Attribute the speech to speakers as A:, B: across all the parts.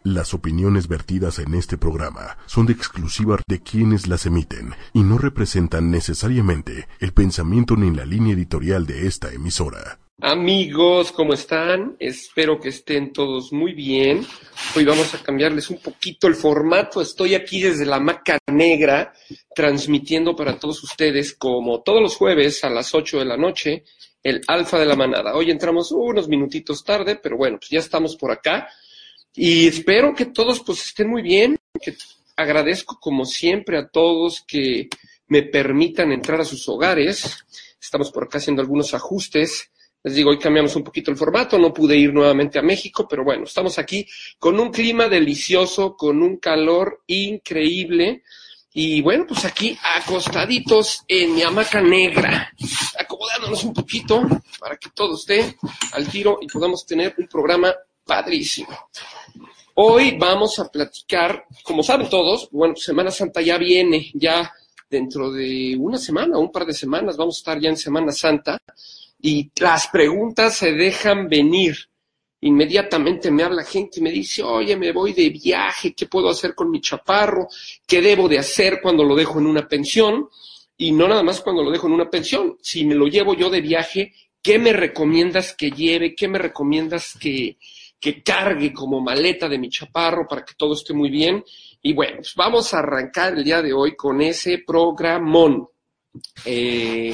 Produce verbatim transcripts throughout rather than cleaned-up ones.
A: Las opiniones vertidas en este programa son de exclusiva de quienes las emiten y no representan necesariamente el pensamiento ni la línea editorial de esta emisora.
B: Amigos, ¿cómo están? Espero que estén todos muy bien. Hoy vamos a cambiarles un poquito el formato. Estoy aquí desde la hamaca negra, transmitiendo para todos ustedes, como todos los jueves a las ocho de la noche, el Alfa de la Manada. Hoy entramos unos minutitos tarde, pero bueno, pues ya estamos por acá. Y espero que todos pues estén muy bien, que agradezco como siempre a todos que me permitan entrar a sus hogares. Estamos por acá haciendo algunos ajustes. Les digo, hoy cambiamos un poquito el formato, no pude ir nuevamente a México, pero bueno, estamos aquí con un clima delicioso, con un calor increíble. Y bueno, pues aquí acostaditos en mi hamaca negra, acomodándonos un poquito para que todo esté al tiro y podamos tener un programa padrísimo. Hoy vamos a platicar, como saben todos, bueno, Semana Santa ya viene, ya dentro de una semana, un par de semanas, vamos a estar ya en Semana Santa y las preguntas se dejan venir. Inmediatamente me habla gente y me dice, oye, me voy de viaje, ¿qué puedo hacer con mi chaparro? ¿Qué debo de hacer cuando lo dejo en una pensión? Y no nada más cuando lo dejo en una pensión, si me lo llevo yo de viaje, ¿qué me recomiendas que lleve? ¿Qué me recomiendas que... que cargue como maleta de mi chaparro para que todo esté muy bien? Y bueno, pues vamos a arrancar el día de hoy con ese programón. Eh,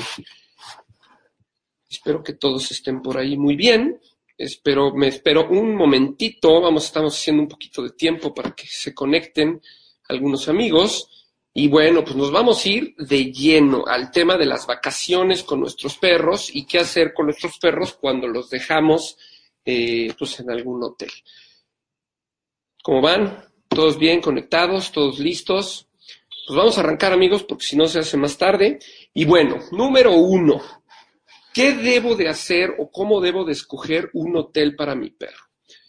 B: espero que todos estén por ahí muy bien. Espero, me espero un momentito. Vamos, estamos haciendo un poquito de tiempo para que se conecten algunos amigos. Y bueno, pues nos vamos a ir de lleno al tema de las vacaciones con nuestros perros y qué hacer con nuestros perros cuando los dejamos Eh, pues en algún hotel. ¿Cómo van? ¿Todos bien conectados? ¿Todos listos? Pues vamos a arrancar, amigos, porque si no se hace más tarde. Y bueno, número uno, ¿qué debo de hacer o cómo debo de escoger un hotel para mi perro?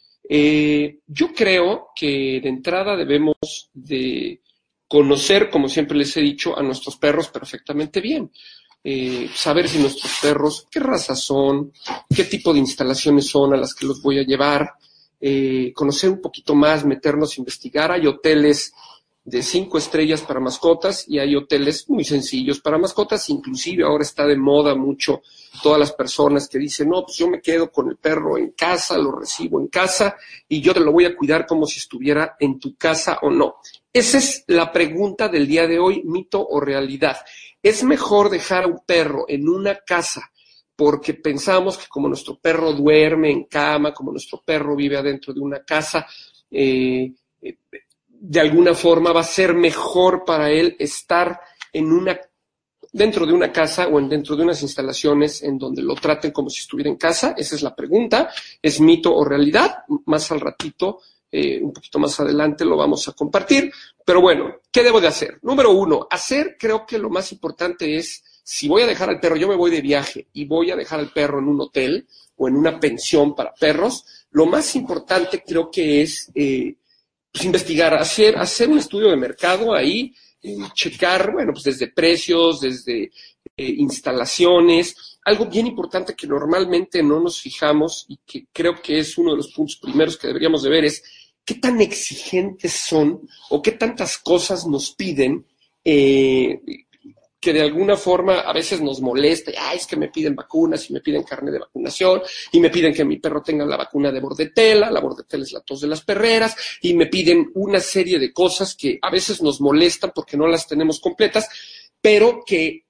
B: Eh, yo creo que de entrada debemos de conocer, como siempre les he dicho, a nuestros perros perfectamente bien. Eh, saber si nuestros perros, qué raza son, qué tipo de instalaciones son a las que los voy a llevar, eh, conocer un poquito más, meternos a investigar. Hay hoteles de cinco estrellas para mascotas y hay hoteles muy sencillos para mascotas. Inclusive ahora está de moda mucho todas las personas que dicen, no, pues yo me quedo con el perro en casa, lo recibo en casa y yo te lo voy a cuidar como si estuviera en tu casa o no. Esa es la pregunta del día de hoy, mito o realidad. ¿Es mejor dejar a un perro en una casa porque pensamos que como nuestro perro duerme en cama, como nuestro perro vive adentro de una casa, eh, eh, de alguna forma va a ser mejor para él estar en una, dentro de una casa o en, dentro de unas instalaciones en donde lo traten como si estuviera en casa? Esa es la pregunta. ¿Es mito o realidad? Más al ratito, eh, un poquito más adelante lo vamos a compartir. Pero bueno, ¿qué debo de hacer? Número uno, hacer, creo que lo más importante es, si voy a dejar al perro, yo me voy de viaje y voy a dejar al perro en un hotel o en una pensión para perros, lo más importante creo que es eh, pues investigar, hacer, hacer un estudio de mercado ahí, eh, checar, bueno, pues desde precios, desde eh, instalaciones. Algo bien importante que normalmente no nos fijamos y que creo que es uno de los puntos primeros que deberíamos de ver es qué tan exigentes son o qué tantas cosas nos piden eh, que de alguna forma a veces nos molesta. Ay, es que me piden vacunas y me piden carnet de vacunación y me piden que mi perro tenga la vacuna de bordetela. La bordetela es la tos de las perreras y me piden una serie de cosas que a veces nos molestan porque no las tenemos completas, pero que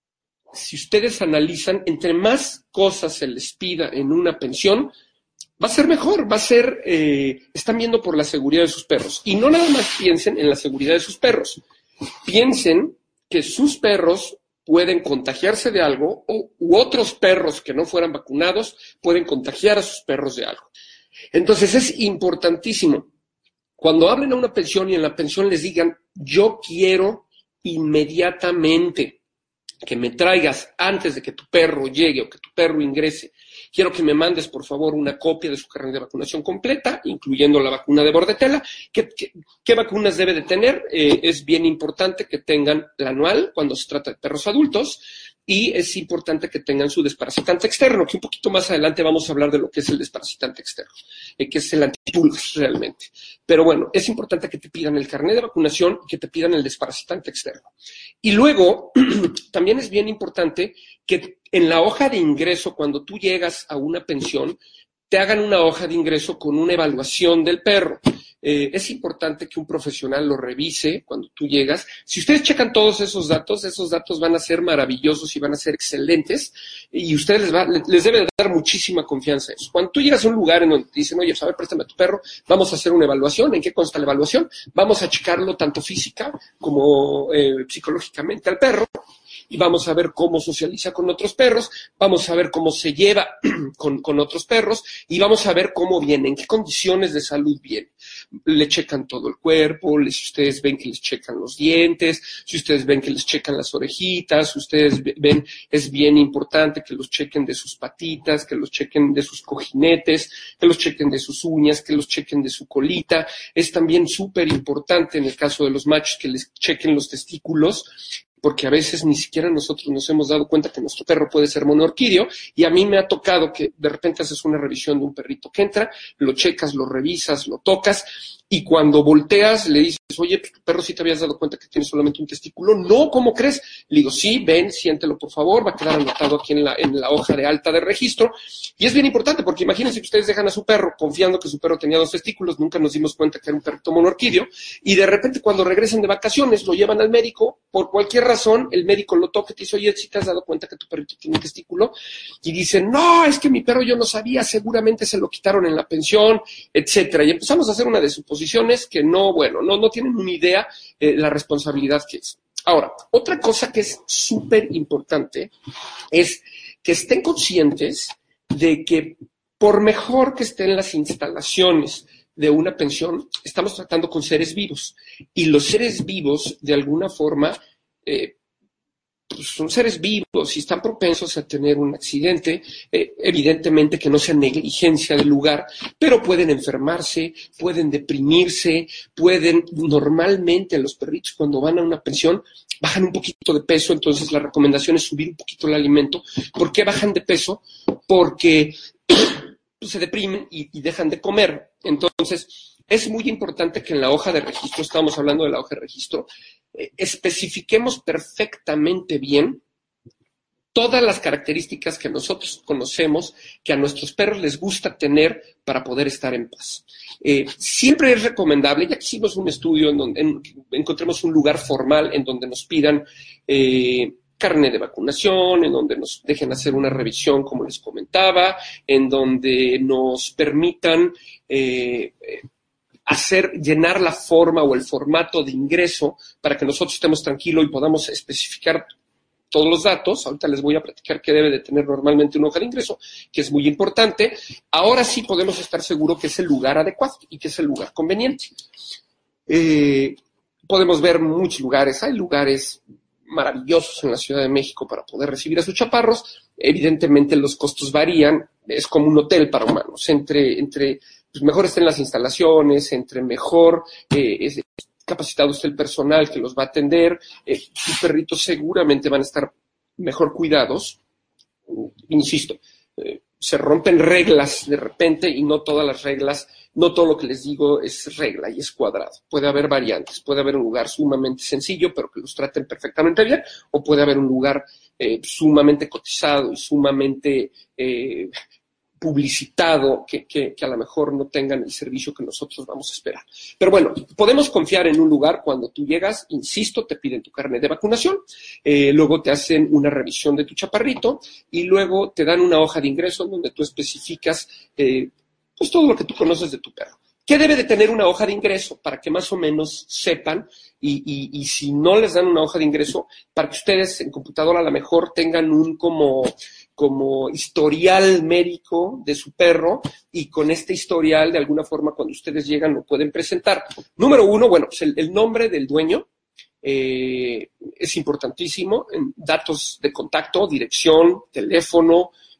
B: si ustedes analizan, entre más cosas se les pida en una pensión, va a ser mejor, va a ser, eh, están viendo por la seguridad de sus perros. Y no nada más piensen en la seguridad de sus perros, piensen que sus perros pueden contagiarse de algo o, u otros perros que no fueran vacunados pueden contagiar a sus perros de algo. Entonces es importantísimo, cuando hablen a una pensión y en la pensión les digan, yo quiero inmediatamente que me traigas antes de que tu perro llegue o que tu perro ingrese, quiero que me mandes por favor una copia de su carnet de vacunación completa, incluyendo la vacuna de bordetela. ¿Qué, qué, qué vacunas debe de tener? Eh, es bien importante que tengan la anual cuando se trata de perros adultos y es importante que tengan su desparasitante externo, que un poquito más adelante vamos a hablar de lo que es el desparasitante externo, eh, que es el antipulgas realmente. Pero bueno, es importante que te pidan el carnet de vacunación y que te pidan el desparasitante externo. Y luego, también es bien importante que en la hoja de ingreso, cuando tú llegas a una pensión, te hagan una hoja de ingreso con una evaluación del perro. Eh, es importante que un profesional lo revise cuando tú llegas. Si ustedes checan todos esos datos, esos datos van a ser maravillosos y van a ser excelentes y ustedes les, va, les debe dar muchísima confianza a eso. Cuando tú llegas a un lugar en donde te dicen, oye, a ver, préstame a tu perro, vamos a hacer una evaluación. ¿En qué consta la evaluación? Vamos a checarlo tanto física como eh, psicológicamente al perro. Y vamos a ver cómo socializa con otros perros, vamos a ver cómo se lleva con, con otros perros y vamos a ver cómo viene, en qué condiciones de salud viene. Le checan todo el cuerpo, les, si ustedes ven que les checan los dientes, si ustedes ven que les checan las orejitas, si ustedes ven, es bien importante que los chequen de sus patitas, que los chequen de sus cojinetes, que los chequen de sus uñas, que los chequen de su colita. Es también súper importante en el caso de los machos que les chequen los testículos, porque a veces ni siquiera nosotros nos hemos dado cuenta que nuestro perro puede ser monoorquídeo, y a mí me ha tocado que de repente haces una revisión de un perrito que entra, lo checas, lo revisas, lo tocas, y cuando volteas le dices, oye, tu perro, ¿sí te habías dado cuenta que tiene solamente un testículo? No, ¿cómo crees? Le digo, sí, ven, siéntelo por favor, va a quedar anotado aquí en la, en la hoja de alta de registro, y es bien importante, porque imagínense que ustedes dejan a su perro confiando que su perro tenía dos testículos, nunca nos dimos cuenta que era un perrito monoorquídeo, y de repente cuando regresen de vacaciones lo llevan al médico, por cualquier razón, el médico lo toca y te dice, oye, ¿sí te has dado cuenta que tu perrito tiene un testículo? Y dicen, no, es que mi perro yo no sabía, seguramente se lo quitaron en la pensión, etcétera. Y empezamos a hacer una de suposiciones que no, bueno, no, no tienen una idea eh, la responsabilidad que es. Ahora, otra cosa que es súper importante es que estén conscientes de que por mejor que estén las instalaciones de una pensión, estamos tratando con seres vivos. Y los seres vivos, de alguna forma, eh, pues son seres vivos y están propensos a tener un accidente, eh, evidentemente que no sea negligencia del lugar, pero pueden enfermarse, pueden deprimirse, pueden, normalmente los perritos cuando van a una pensión bajan un poquito de peso, entonces la recomendación es subir un poquito el alimento. ¿Por qué bajan de peso? Porque se deprimen y, y dejan de comer. Entonces, es muy importante que en la hoja de registro, estamos hablando de la hoja de registro, eh, especifiquemos perfectamente bien todas las características que nosotros conocemos que a nuestros perros les gusta tener para poder estar en paz. Eh, siempre es recomendable, ya que hicimos un estudio en donde en, encontremos un lugar formal en donde nos pidan eh, carnet de vacunación, en donde nos dejen hacer una revisión, como les comentaba, en donde nos permitan eh, hacer, llenar la forma o el formato de ingreso para que nosotros estemos tranquilos y podamos especificar todos los datos. Ahorita les voy a platicar qué debe de tener normalmente una hoja de ingreso, que es muy importante. Ahora sí podemos estar seguros que es el lugar adecuado y que es el lugar conveniente. Eh, podemos ver muchos lugares, hay lugares maravillosos en la Ciudad de México para poder recibir a sus chaparros. Evidentemente los costos varían, es como un hotel para humanos, entre, entre pues mejor estén las instalaciones, entre mejor eh, es capacitado esté el personal que los va a atender, eh, sus perritos seguramente van a estar mejor cuidados. Insisto, eh, se rompen reglas de repente y no todas las reglas, no todo lo que les digo es regla y es cuadrado. Puede haber variantes, puede haber un lugar sumamente sencillo pero que los traten perfectamente bien, o puede haber un lugar eh, sumamente cotizado y sumamente eh, publicitado que, que, que a lo mejor no tengan el servicio que nosotros vamos a esperar. Pero bueno, podemos confiar en un lugar cuando tú llegas, insisto, te piden tu carnet de vacunación, eh, luego te hacen una revisión de tu chaparrito y luego te dan una hoja de ingreso donde tú especificas eh, pues todo lo que tú conoces de tu perro. ¿Qué debe de tener una hoja de ingreso? Para que más o menos sepan, y, y, y si no les dan una hoja de ingreso, para que ustedes en computadora a lo mejor tengan un como, como historial médico de su perro, y con este historial, de alguna forma, cuando ustedes llegan, lo pueden presentar. Número uno, bueno, pues el, el nombre del dueño eh, es importantísimo, en datos de contacto, dirección, teléfono,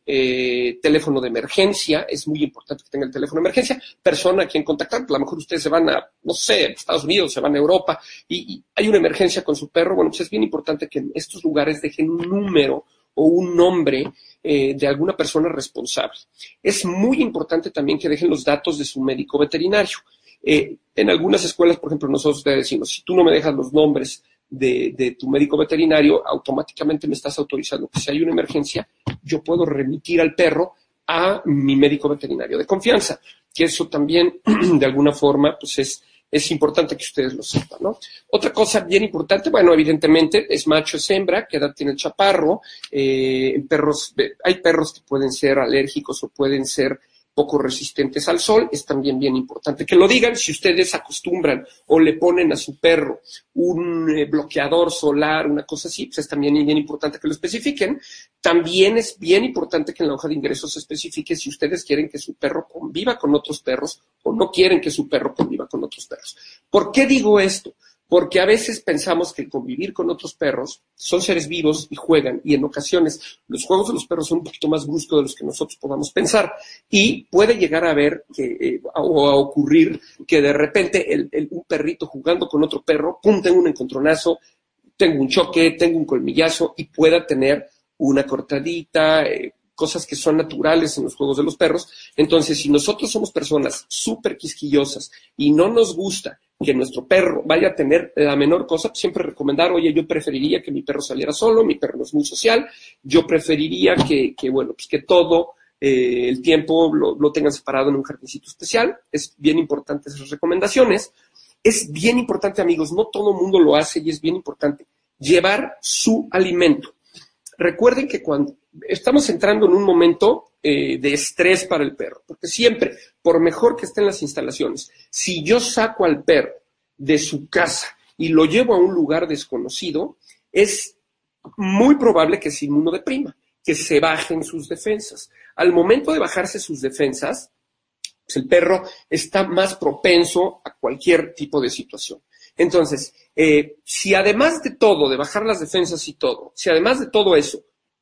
B: eh, teléfono de emergencia, es muy importante que tenga el teléfono de emergencia, persona a quien contactar, a lo mejor ustedes se van a, no sé, Estados Unidos, se van a Europa y, y hay una emergencia con su perro, bueno, pues es bien importante que en estos lugares dejen un número o un nombre eh, de alguna persona responsable. Es muy importante también que dejen los datos de su médico veterinario. Eh, en algunas escuelas, por ejemplo, nosotros te decimos, si tú no me dejas los nombres de, de tu médico veterinario, automáticamente me estás autorizando que si hay una emergencia, yo puedo remitir al perro a mi médico veterinario de confianza, que eso también, de alguna forma, pues es, es importante que ustedes lo sepan, ¿no? Otra cosa bien importante, bueno, evidentemente, es macho, es hembra, qué edad tiene el chaparro, eh, perros, hay perros que pueden ser alérgicos o pueden ser poco resistentes al sol, es también bien importante que lo digan. Si ustedes acostumbran o le ponen a su perro un eh, bloqueador solar, una cosa así, pues es también bien importante que lo especifiquen. También es bien importante que en la hoja de ingresos se especifique si ustedes quieren que su perro conviva con otros perros o no quieren que su perro conviva con otros perros. ¿Por qué digo esto? Porque a veces pensamos que convivir con otros perros son seres vivos y juegan, y en ocasiones los juegos de los perros son un poquito más bruscos de los que nosotros podamos pensar, y puede llegar a ver que, eh, o a ocurrir que de repente el, el, un perrito jugando con otro perro, pum, tengo un encontronazo, tengo un choque, tengo un colmillazo y pueda tener una cortadita, eh, cosas que son naturales en los juegos de los perros. Entonces, si nosotros somos personas súper quisquillosas y no nos gusta que nuestro perro vaya a tener la menor cosa, pues siempre recomendar, oye, yo preferiría que mi perro saliera solo, mi perro no es muy social, yo preferiría que, que bueno, pues que todo eh, el tiempo lo, lo tengan separado en un jardincito especial. Es bien importante esas recomendaciones. Es bien importante, amigos, no todo el mundo lo hace y es bien importante llevar su alimento. Recuerden que cuando estamos entrando en un momento eh, de estrés para el perro, porque siempre, por mejor que estén las instalaciones, si yo saco al perro de su casa y lo llevo a un lugar desconocido, es muy probable que se inmunodeprima, que se bajen sus defensas. Al momento de bajarse sus defensas, pues el perro está más propenso a cualquier tipo de situación. Entonces, eh, si además de todo, de bajar las defensas y todo, si además de todo eso,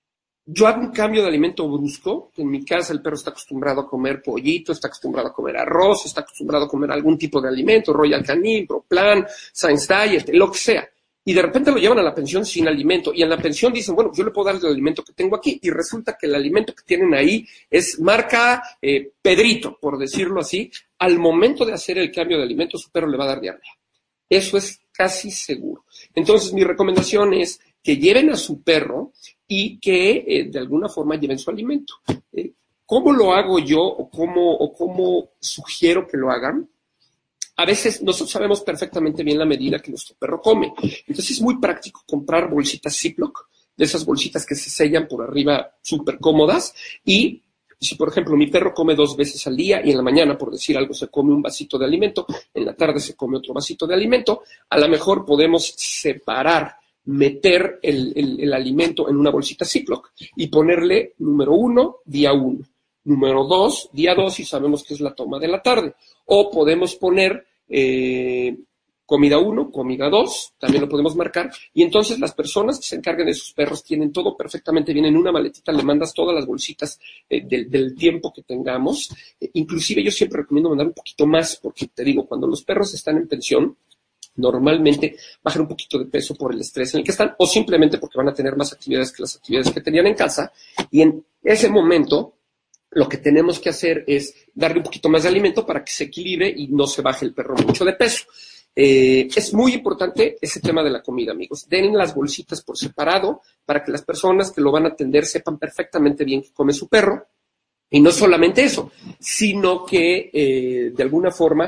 B: yo hago un cambio de alimento brusco, que en mi casa el perro está acostumbrado a comer pollito, está acostumbrado a comer arroz, está acostumbrado a comer algún tipo de alimento, Royal Canin, Proplan, Science Diet, lo que sea, y de repente lo llevan a la pensión sin alimento, y en la pensión dicen, bueno, yo le puedo dar el alimento que tengo aquí, y resulta que el alimento que tienen ahí es marca eh, Pedrito, por decirlo así. Al momento de hacer el cambio de alimento, su perro le va a dar diarrea. Eso es casi seguro. Entonces, mi recomendación es que lleven a su perro y que eh, de alguna forma lleven su alimento. Eh, ¿Cómo lo hago yo o cómo, o cómo sugiero que lo hagan? A veces nosotros sabemos perfectamente bien la medida que nuestro perro come. Entonces es muy práctico comprar bolsitas Ziploc, de esas bolsitas que se sellan por arriba súper cómodas, y si, por ejemplo, mi perro come dos veces al día y en la mañana, por decir algo, se come un vasito de alimento, en la tarde se come otro vasito de alimento, a lo mejor podemos separar, meter el, el, el alimento en una bolsita Ziploc y ponerle número uno, día uno, número dos, día dos, y sabemos que es la toma de la tarde. O podemos poner eh, comida uno, comida dos, también lo podemos marcar, y entonces las personas que se encarguen de sus perros tienen todo perfectamente bien en una maletita, le mandas todas las bolsitas eh, del, del tiempo que tengamos. Eh, inclusive yo siempre recomiendo mandar un poquito más, porque te digo, cuando los perros están en pensión, normalmente bajan un poquito de peso por el estrés en el que están, o simplemente porque van a tener más actividades que las actividades que tenían en casa, y en ese momento lo que tenemos que hacer es darle un poquito más de alimento para que se equilibre y no se baje el perro mucho de peso. Eh, es muy importante ese tema de la comida, amigos. Den las bolsitas por separado para que las personas que lo van a atender sepan perfectamente bien qué come su perro. Y no solamente eso, sino que eh, de alguna forma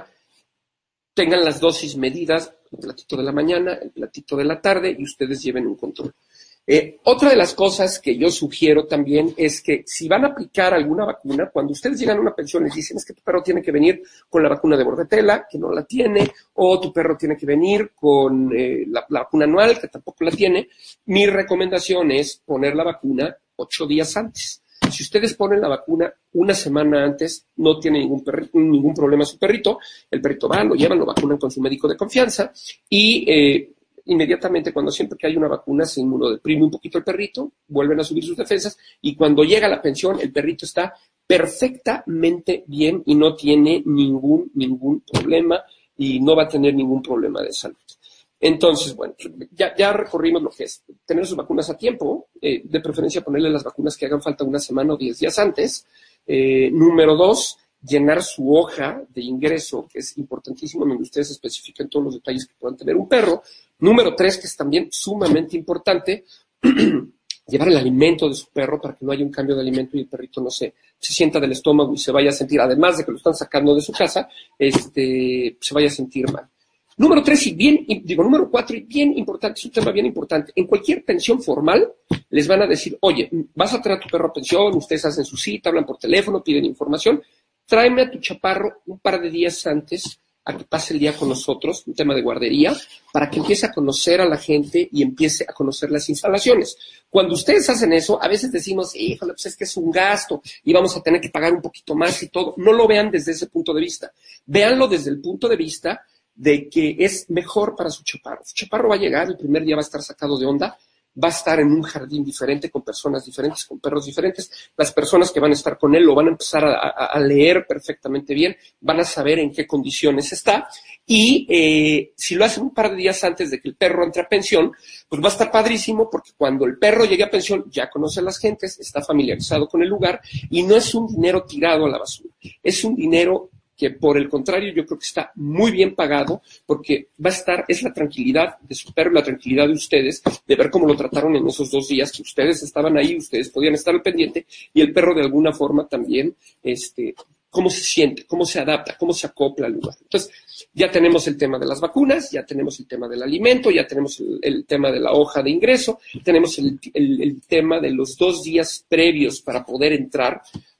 B: tengan las dosis medidas, el platito de la mañana, el platito de la tarde, y ustedes lleven un control. Eh, otra de las cosas que yo sugiero también es que si van a aplicar alguna vacuna, cuando ustedes llegan a una pensión les dicen es que tu perro tiene que venir con la vacuna de Bordetella, que no la tiene, o tu perro tiene que venir con eh, la, la vacuna anual, que tampoco la tiene, mi recomendación es poner la vacuna ocho días antes. Si ustedes ponen la vacuna una semana antes, no tiene ningún, perrito, ningún problema su perrito, el perrito va, lo llevan, lo vacunan con su médico de confianza y eh, inmediatamente, cuando siempre que hay una vacuna, se inmunodeprime un poquito el perrito, vuelven a subir sus defensas, y cuando llega la pensión, el perrito está perfectamente bien y no tiene ningún, ningún problema y no va a tener ningún problema de salud. Entonces, bueno, ya, ya recorrimos lo que es tener sus vacunas a tiempo, eh, de preferencia ponerle las vacunas que hagan falta una semana o diez días antes. Eh, número dos, llenar su hoja de ingreso, que es importantísimo, donde ustedes especifiquen todos los detalles que puedan tener un perro. Número tres, que es también sumamente importante, llevar el alimento de su perro para que no haya un cambio de alimento y el perrito no se, se sienta del estómago y se vaya a sentir, además de que lo están sacando de su casa, este, se vaya a sentir mal. Número tres, y bien, digo, número cuatro, y bien importante, es un tema bien importante. En cualquier pensión formal, les van a decir, oye, vas a traer a tu perro a pensión, ustedes hacen su cita, hablan por teléfono, piden información, tráeme a tu chaparro un par de días antes a que pase el día con nosotros, un tema de guardería, para que empiece a conocer a la gente y empiece a conocer las instalaciones. Cuando ustedes hacen eso, a veces decimos, híjole, pues es que es un gasto y vamos a tener que pagar un poquito más y todo. No lo vean desde ese punto de vista. Véanlo desde el punto de vista de que es mejor para su chaparro. Su chaparro va a llegar, el primer día va a estar sacado de onda, va a estar en un jardín diferente, con personas diferentes, con perros diferentes. Las personas que van a estar con él lo van a empezar a, a, a leer perfectamente bien, van a saber en qué condiciones está. Y eh, si lo hacen un par de días antes de que el perro entre a pensión, pues va a estar padrísimo, porque cuando el perro llegue a pensión ya conoce a las gentes, está familiarizado con el lugar, y no es un dinero tirado a la basura, es un dinero que por el contrario yo creo que está muy bien pagado, porque va a estar, es la tranquilidad de su perro, la tranquilidad de ustedes, de ver cómo lo trataron en esos dos días que ustedes estaban ahí, ustedes podían estar al pendiente, y el perro de alguna forma también, este, cómo se siente, cómo se adapta, cómo se acopla al lugar. Entonces, ya tenemos el tema de las vacunas, ya tenemos el tema del alimento, ya tenemos el, el tema de la hoja de ingreso, tenemos el, el, el tema de los dos días previos para poder entrar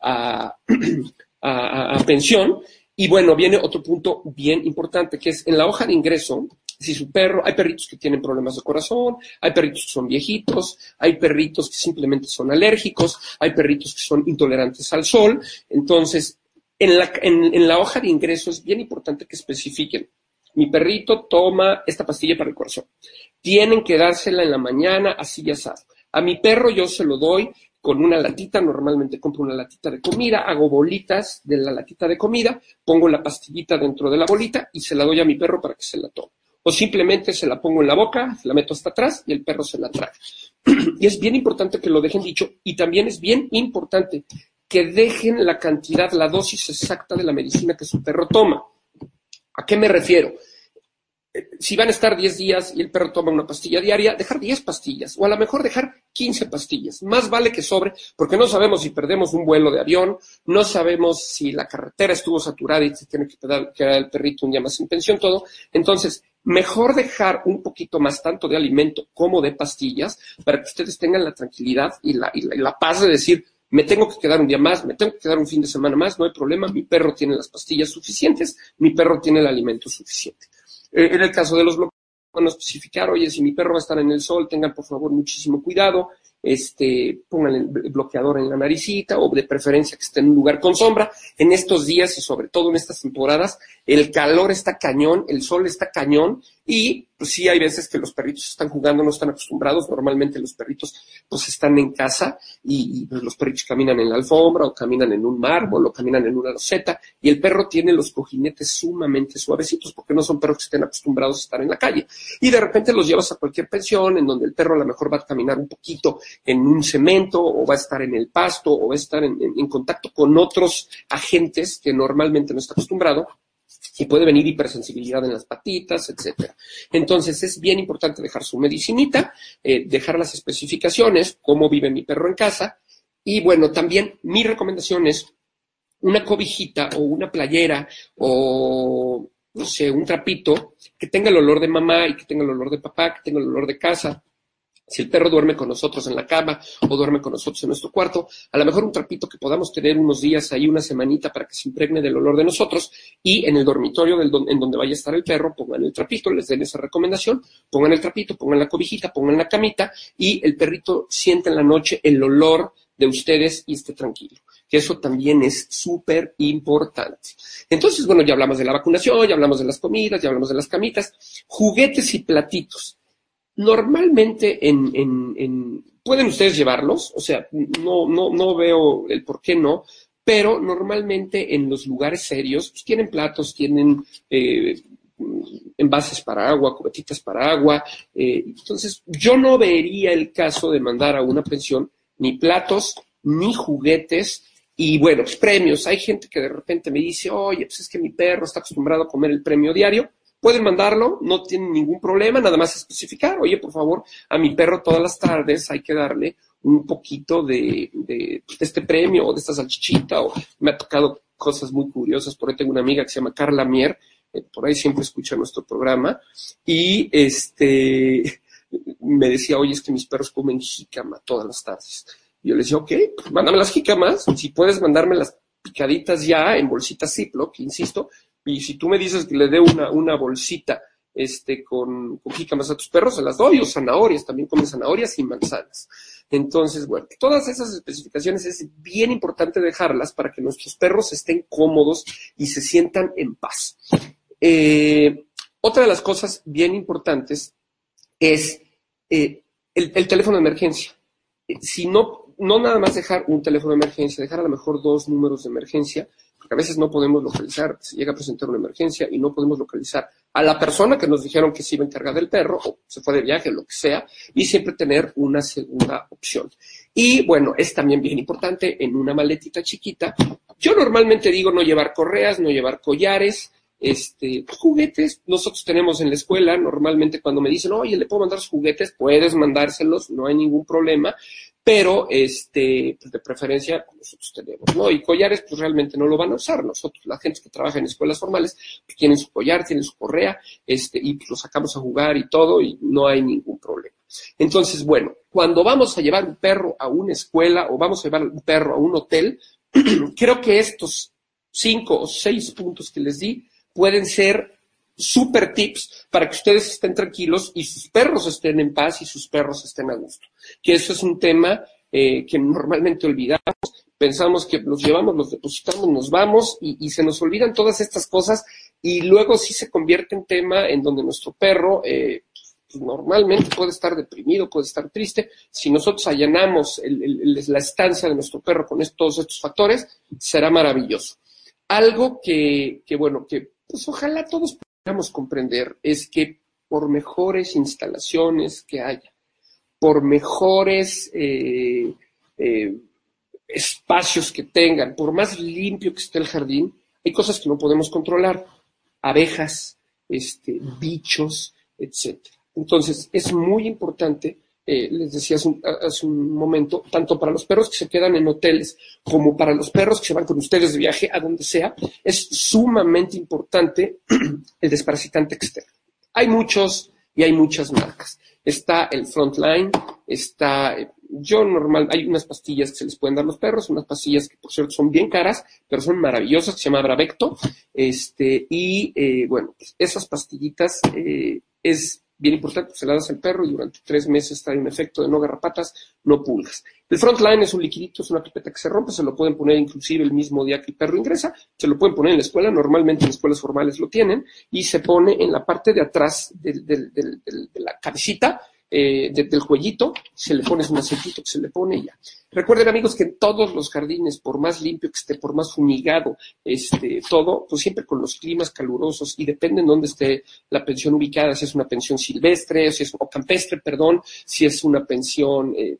B: a, a, a, a pensión. Y bueno, viene otro punto bien importante, que es en la hoja de ingreso, si su perro, hay perritos que tienen problemas de corazón, hay perritos que son viejitos, hay perritos que simplemente son alérgicos, hay perritos que son intolerantes al sol. Entonces, en la, en, en la hoja de ingreso es bien importante que especifiquen, mi perrito toma esta pastilla para el corazón, tienen que dársela en la mañana así ya asado. A mi perro yo se lo doy con una latita, normalmente compro una latita de comida, hago bolitas de la latita de comida, pongo la pastillita dentro de la bolita y se la doy a mi perro para que se la tome. O simplemente se la pongo en la boca, la meto hasta atrás y el perro se la traga. Y es bien importante que lo dejen dicho, y también es bien importante que dejen la cantidad, la dosis exacta de la medicina que su perro toma. ¿A qué me refiero? Si van a estar diez días y el perro toma una pastilla diaria, dejar diez pastillas, o a lo mejor dejar quince pastillas. Más vale que sobre, porque no sabemos si perdemos un vuelo de avión, no sabemos si la carretera estuvo saturada y se tiene que quedar, quedar el perrito un día más en pensión, todo. Entonces, mejor dejar un poquito más tanto de alimento como de pastillas para que ustedes tengan la tranquilidad y la, y la, y la paz de decir, me tengo que quedar un día más, me tengo que quedar un fin de semana más, no hay problema, mi perro tiene las pastillas suficientes, mi perro tiene el alimento suficiente. En el caso de los bloqueos, van a especificar, oye, si mi perro va a estar en el sol, tengan por favor muchísimo cuidado, este, pongan el bloqueador en la naricita, o de preferencia que esté en un lugar con sombra. En estos días y sobre todo en estas temporadas, el calor está cañón, el sol está cañón, y pues sí hay veces que los perritos están jugando, no están acostumbrados. Normalmente los perritos pues están en casa y, y pues, los perritos caminan en la alfombra o caminan en un mármol o caminan en una loseta, y el perro tiene los cojinetes sumamente suavecitos porque no son perros que estén acostumbrados a estar en la calle, y de repente los llevas a cualquier pensión en donde el perro a lo mejor va a caminar un poquito en un cemento, o va a estar en el pasto, o va a estar en, en, en contacto con otros agentes que normalmente no está acostumbrado, y puede venir hipersensibilidad en las patitas, etcétera. Entonces, es bien importante dejar su medicinita, eh, dejar las especificaciones, cómo vive mi perro en casa, y bueno, también mi recomendación es una cobijita o una playera o, no sé, un trapito que tenga el olor de mamá y que tenga el olor de papá, que tenga el olor de casa. Si el perro duerme con nosotros en la cama o duerme con nosotros en nuestro cuarto, a lo mejor un trapito que podamos tener unos días ahí, una semanita, para que se impregne del olor de nosotros, y en el dormitorio del don, en donde vaya a estar el perro, pongan el trapito, les den esa recomendación, pongan el trapito, pongan la cobijita, pongan la camita, y el perrito siente en la noche el olor de ustedes y esté tranquilo, que eso también es súper importante. Entonces, bueno, ya hablamos de la vacunación, ya hablamos de las comidas, ya hablamos de las camitas, juguetes y platitos. Normalmente en, en, en, pueden ustedes llevarlos, o sea, no, no, no veo el por qué no, pero normalmente en los lugares serios pues, tienen platos, tienen eh, envases para agua, cubetitas para agua. Eh, entonces, yo no vería el caso de mandar a una pensión ni platos, ni juguetes, y bueno, pues premios. Hay gente que de repente me dice, oye, pues es que mi perro está acostumbrado a comer el premio diario. Pueden mandarlo, no tienen ningún problema, nada más especificar, oye, por favor, a mi perro todas las tardes hay que darle un poquito de, de, de este premio o de esta salchichita, o me ha tocado cosas muy curiosas. Por ahí tengo una amiga que se llama Carla Mier, eh, por ahí siempre escucha nuestro programa, y este me decía, oye, es que mis perros comen jícama todas las tardes. Y yo le decía, ok, pues mándame las jícamas, si puedes mandarme las picaditas ya en bolsitas Ziploc, insisto, y si tú me dices que le dé una, una bolsita este, con, con jícamas a tus perros, se las doy, o zanahorias, también comen zanahorias y manzanas. Entonces, bueno, todas esas especificaciones es bien importante dejarlas para que nuestros perros estén cómodos y se sientan en paz. Eh, otra de las cosas bien importantes es eh, el, el teléfono de emergencia. Eh, si no, no nada más dejar un teléfono de emergencia, dejar a lo mejor dos números de emergencia, porque a veces no podemos localizar, se llega a presentar una emergencia y no podemos localizar a la persona que nos dijeron que se iba a encargar del perro, o se fue de viaje, lo que sea, y siempre tener una segunda opción. Y bueno, es también bien importante en una maletita chiquita. Yo normalmente digo no llevar correas, no llevar collares, este, juguetes. Nosotros tenemos en la escuela, normalmente cuando me dicen, oye, ¿le puedo mandar sus juguetes? Puedes mandárselos, no hay ningún problema. Pero, este, pues de preferencia, nosotros tenemos, ¿no? Y collares, pues realmente no lo van a usar. Nosotros, la gente que trabaja en escuelas formales, pues tienen su collar, tienen su correa, este, y pues lo sacamos a jugar y todo, y no hay ningún problema. Entonces, bueno, cuando vamos a llevar un perro a una escuela o vamos a llevar un perro a un hotel, creo que estos cinco o seis puntos que les di pueden ser super tips para que ustedes estén tranquilos y sus perros estén en paz y sus perros estén a gusto. Que eso es un tema eh, que normalmente olvidamos. Pensamos que los llevamos, los depositamos, nos vamos y, y se nos olvidan todas estas cosas y luego sí se convierte en tema en donde nuestro perro eh, pues normalmente puede estar deprimido, puede estar triste. Si nosotros allanamos el, el, el, la estancia de nuestro perro con estos, todos estos factores, será maravilloso. Algo que, que bueno, que pues ojalá todos podamos comprender es que por mejores instalaciones que haya, por mejores eh, eh, espacios que tengan, por más limpio que esté el jardín, hay cosas que no podemos controlar, abejas, este, bichos, etcétera. Entonces, es muy importante, eh, les decía hace un, hace un momento, tanto para los perros que se quedan en hoteles como para los perros que se van con ustedes de viaje a donde sea, es sumamente importante el desparasitante externo. Hay muchos y hay muchas marcas. Está el Frontline, está, yo normal, hay unas pastillas que se les pueden dar a los perros, unas pastillas que por cierto son bien caras, pero son maravillosas, que se llama Bravecto, este, y eh, bueno, pues esas pastillitas eh, es bien importante, se las das al perro y durante tres meses trae un efecto de no garrapatas, no pulgas. El Frontline es un liquidito, es una pipeta que se rompe, se lo pueden poner inclusive el mismo día que el perro ingresa, se lo pueden poner en la escuela, normalmente en escuelas formales lo tienen, y se pone en la parte de atrás de, de, de, de, de la cabecita, eh, de, del cuellito, se le pone un aceitito que se le pone y ya. Recuerden, amigos, que en todos los jardines, por más limpio que esté, por más fumigado, este, todo, pues siempre con los climas calurosos y depende en dónde esté la pensión ubicada, si es una pensión silvestre, si es o campestre, perdón, si es una pensión eh,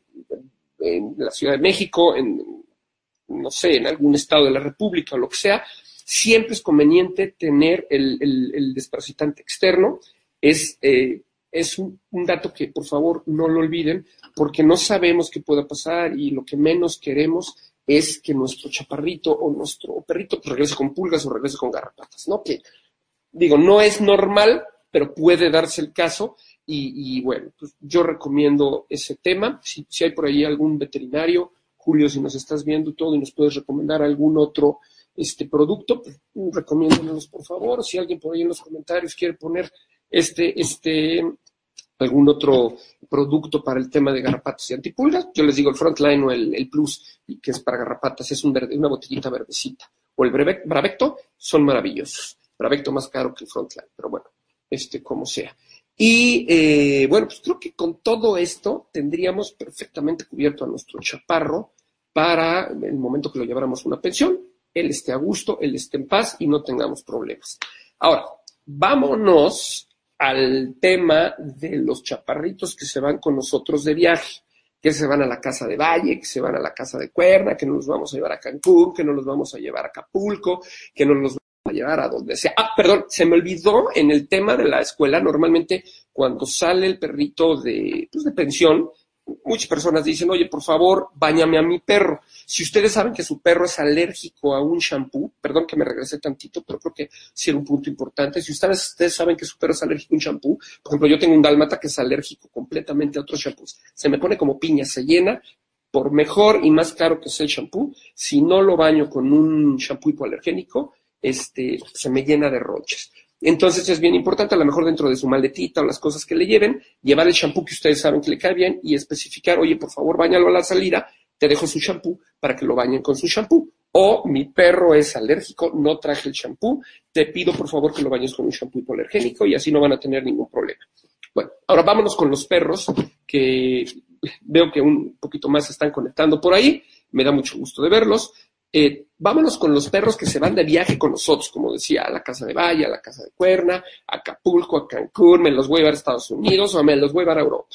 B: en la Ciudad de México, en, no sé, en algún estado de la República o lo que sea, siempre es conveniente tener el, el, el desparasitante externo. Es, eh, es un, un dato que, por favor, no lo olviden, porque no sabemos qué pueda pasar y lo que menos queremos es que nuestro chaparrito o nuestro perrito pues, regrese con pulgas o regrese con garrapatas, ¿no? Que, digo, no es normal, pero puede darse el caso. Y, y bueno, pues yo recomiendo ese tema. Si, si hay por ahí algún veterinario, Julio, si nos estás viendo todo y nos puedes recomendar algún otro este producto, pues recomiéndanos por favor. Si alguien por ahí en los comentarios quiere poner este, este, algún otro producto para el tema de garrapatas y antipulgas, yo les digo el Frontline o el, el Plus, que es para garrapatas, es un verde, una botellita verdecita. O el Bravecto, son maravillosos. Bravecto más caro que el Frontline, pero bueno, este como sea. Y eh, bueno, pues creo que con todo esto tendríamos perfectamente cubierto a nuestro chaparro para el momento que lo lleváramos a una pensión, él esté a gusto, él esté en paz y no tengamos problemas. Ahora, vámonos al tema de los chaparritos que se van con nosotros de viaje, que se van a la casa de Valle, que se van a la casa de Cuerna, que no los vamos a llevar a Cancún, que no los vamos a llevar a Acapulco, que no los vamos a llevar a donde sea. Ah, perdón, se me olvidó en el tema de la escuela, normalmente cuando sale el perrito de, pues de pensión, muchas personas dicen, oye, por favor, báñame a mi perro. Si ustedes saben que su perro es alérgico a un shampoo, perdón que me regresé tantito, pero creo que sí era un punto importante. Si ustedes, ustedes saben que su perro es alérgico a un shampoo, por ejemplo, yo tengo un dálmata que es alérgico completamente a otros shampoos. Se me pone como piña, se llena, por mejor y más caro que sea el shampoo, si no lo baño con un shampoo hipoalergénico, este, se me llena de ronchas. Entonces es bien importante, a lo mejor dentro de su maletita o las cosas que le lleven, llevar el shampoo que ustedes saben que le cae bien y especificar, oye, por favor, báñalo a la salida, te dejo su shampoo para que lo bañen con su shampoo. O mi perro es alérgico, no traje el shampoo, te pido por favor que lo bañes con un shampoo hipoalergénico y así no van a tener ningún problema. Bueno, ahora vámonos con los perros, que veo que un poquito más se están conectando por ahí, me da mucho gusto de verlos. Eh, vámonos con los perros que se van de viaje con nosotros, como decía, a la casa de Valle, a la casa de Cuerna, a Acapulco, a Cancún, me los voy a llevar a Estados Unidos o me los voy a llevar a Europa.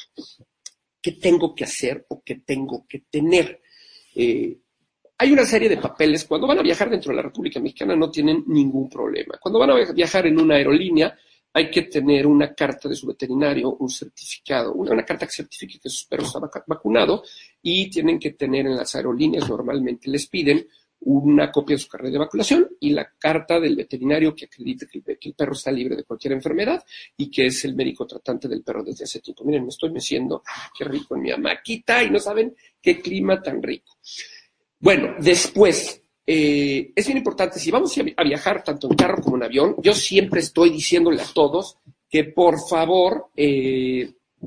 B: ¿Qué tengo que hacer o qué tengo que tener? Eh, hay una serie de papeles. Cuando van a viajar dentro de la República Mexicana no tienen ningún problema. Cuando van a viajar en una aerolínea hay que tener una carta de su veterinario, un certificado, una, una carta que certifique que su perro está vac- vacunado y tienen que tener en las aerolíneas, normalmente les piden una copia de su carnet de vacunación y la carta del veterinario que acredite que el, que el perro está libre de cualquier enfermedad y que es el médico tratante del perro desde hace tiempo. Miren, me estoy meciendo, qué rico en mi hamaquita y no saben qué clima tan rico. Bueno, después, eh, es bien importante, si vamos a viajar tanto en carro como en avión, yo siempre estoy diciéndole a todos que por favor eh,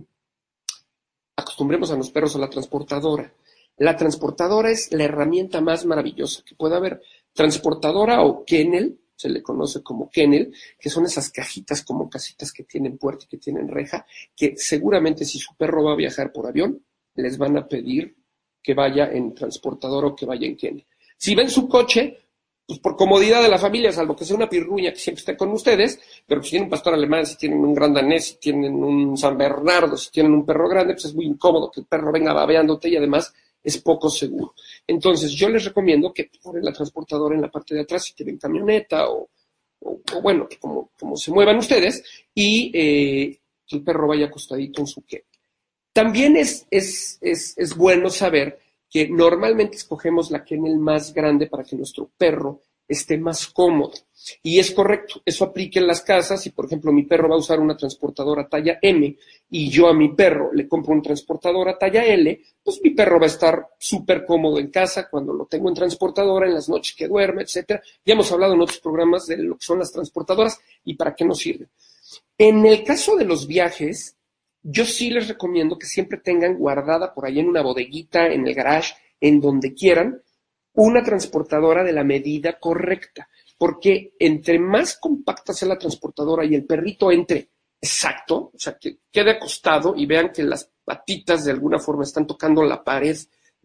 B: acostumbremos a los perros a la transportadora. La transportadora es la herramienta más maravillosa que puede haber. Transportadora o kennel, se le conoce como kennel, que son esas cajitas como casitas que tienen puerta y que tienen reja, que seguramente si su perro va a viajar por avión, les van a pedir que vaya en transportadora o que vaya en kennel. Si ven su coche, pues por comodidad de la familia, salvo que sea una pirruña que siempre esté con ustedes, pero si tienen un pastor alemán, si tienen un gran danés, si tienen un San Bernardo, si tienen un perro grande, pues es muy incómodo que el perro venga babeándote y además es poco seguro. Entonces, yo les recomiendo que ponen la transportadora en la parte de atrás si tienen camioneta o, o, o bueno, como, como se muevan ustedes, y eh, que el perro vaya acostadito en su qué. También es, es, es, es bueno saber que normalmente escogemos la kennel más grande para que nuestro perro esté más cómodo. Y es correcto, eso aplica en las casas. Si, por ejemplo, mi perro va a usar una transportadora talla M y yo a mi perro le compro una transportadora talla L, pues mi perro va a estar súper cómodo en casa cuando lo tengo en transportadora, en las noches que duerme, etcétera. Ya hemos hablado en otros programas de lo que son las transportadoras y para qué nos sirven. En el caso de los viajes, yo sí les recomiendo que siempre tengan guardada por ahí en una bodeguita, en el garage, en donde quieran, una transportadora de la medida correcta, porque entre más compacta sea la transportadora y el perrito entre exacto, o sea, que quede acostado y vean que las patitas de alguna forma están tocando la pared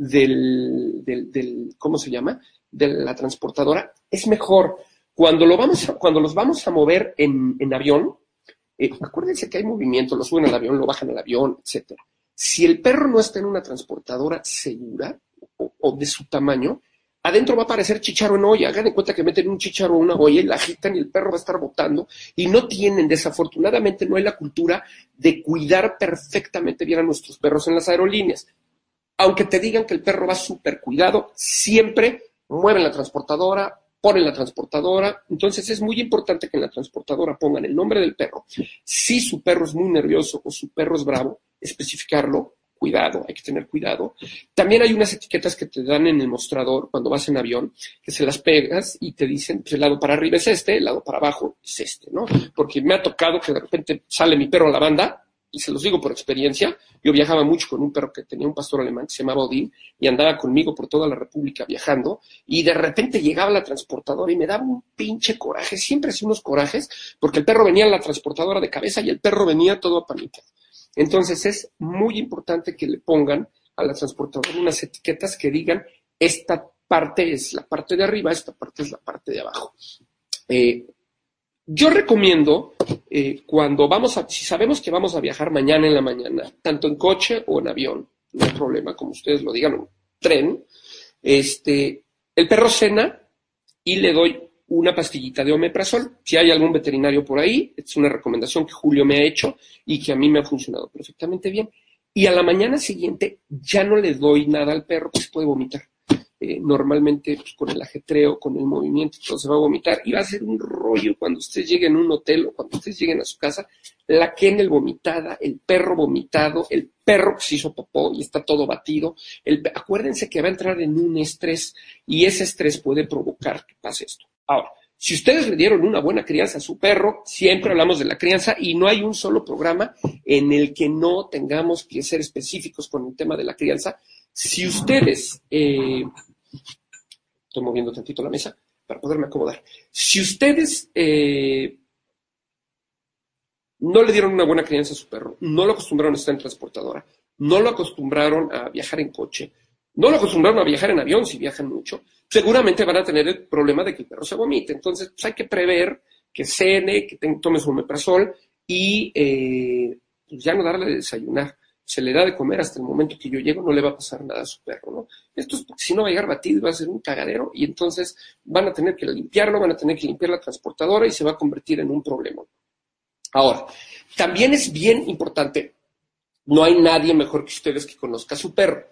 B: del, del, del ¿cómo se llama?, de la transportadora, es mejor. Cuando, lo vamos a, cuando los vamos a mover en, en avión, eh, acuérdense que hay movimiento, lo suben al avión, lo bajan al avión, etcétera. Si el perro no está en una transportadora segura o, o de su tamaño, adentro va a aparecer chícharo en olla. Hagan de cuenta que meten un chícharo en una olla y la agitan y el perro va a estar botando. Y no tienen, desafortunadamente, no hay la cultura de cuidar perfectamente bien a nuestros perros en las aerolíneas. Aunque te digan que el perro va súper cuidado, siempre mueven la transportadora, ponen la transportadora. Entonces es muy importante que en la transportadora pongan el nombre del perro. Si su perro es muy nervioso o su perro es bravo, especificarlo. Cuidado, hay que tener cuidado. También hay unas etiquetas que te dan en el mostrador cuando vas en avión, que se las pegas y te dicen, pues el lado para arriba es este, el lado para abajo es este, ¿no? Porque me ha tocado que de repente sale mi perro a la banda y se los digo por experiencia, yo viajaba mucho con un perro que tenía un pastor alemán que se llamaba Odín, y andaba conmigo por toda la República viajando, y de repente llegaba la transportadora y me daba un pinche coraje, siempre hacía unos corajes, porque el perro venía en la transportadora de cabeza y el perro venía todo apanicado. Entonces es muy importante que le pongan a la transportadora unas etiquetas que digan, esta parte es la parte de arriba, esta parte es la parte de abajo. Eh, Yo recomiendo, eh, cuando vamos a, si sabemos que vamos a viajar mañana en la mañana, tanto en coche o en avión, no hay problema, como ustedes lo digan, en tren, este, el perro cena y le doy una pastillita de omeprazol. Si hay algún veterinario por ahí, es una recomendación que Julio me ha hecho y que a mí me ha funcionado perfectamente bien. Y a la mañana siguiente ya no le doy nada al perro que se puede vomitar. Eh, normalmente pues, con el ajetreo, con el movimiento, todo se va a vomitar y va a ser un rollo cuando ustedes lleguen a un hotel o cuando ustedes lleguen a su casa, la kennel vomitada, el perro vomitado, el perro que se hizo popó y está todo batido. El, acuérdense que va a entrar en un estrés y ese estrés puede provocar que pase esto. Ahora, si ustedes le dieron una buena crianza a su perro, siempre hablamos de la crianza y no hay un solo programa en el que no tengamos que ser específicos con el tema de la crianza. Si ustedes... Eh, Estoy moviendo tantito la mesa para poderme acomodar. Si ustedes eh, no le dieron una buena crianza a su perro, no lo acostumbraron a estar en transportadora, no lo acostumbraron a viajar en coche, no lo acostumbraron a viajar en avión si viajan mucho, seguramente van a tener el problema de que el perro se vomite. Entonces, pues hay que prever que cene, que tome su omeprazol y eh, pues ya no darle de desayunar. Se le da de comer hasta el momento que yo llego, no le va a pasar nada a su perro, ¿no? Esto es porque si no va a llegar batido, va a ser un cagadero y entonces van a tener que limpiarlo, van a tener que limpiar la transportadora y se va a convertir en un problema. Ahora, también es bien importante, no hay nadie mejor que ustedes que conozca a su perro.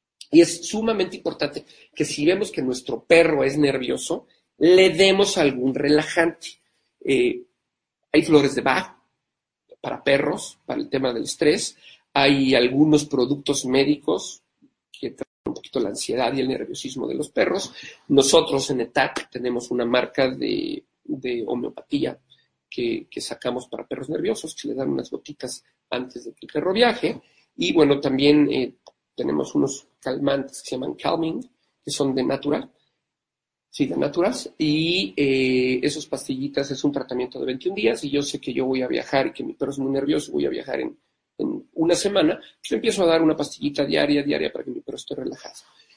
B: Y es sumamente importante que si vemos que nuestro perro es nervioso, le demos algún relajante. Eh, hay flores de Bach para perros, para el tema del estrés. Hay algunos productos médicos que tratan un poquito la ansiedad y el nerviosismo de los perros. Nosotros en E T A C tenemos una marca de, de homeopatía que, que sacamos para perros nerviosos, que le dan unas gotitas antes de que el perro viaje. Y bueno, también eh, tenemos unos calmantes que se llaman Calming, que son de Natural. Sí, de Naturals. Y eh, esos pastillitas es un tratamiento de veintiún días. Y yo sé que yo voy a viajar y que mi perro es muy nervioso, voy a viajar en en una semana, pues empiezo a dar una pastillita diaria, diaria, para que mi perro esté relajado.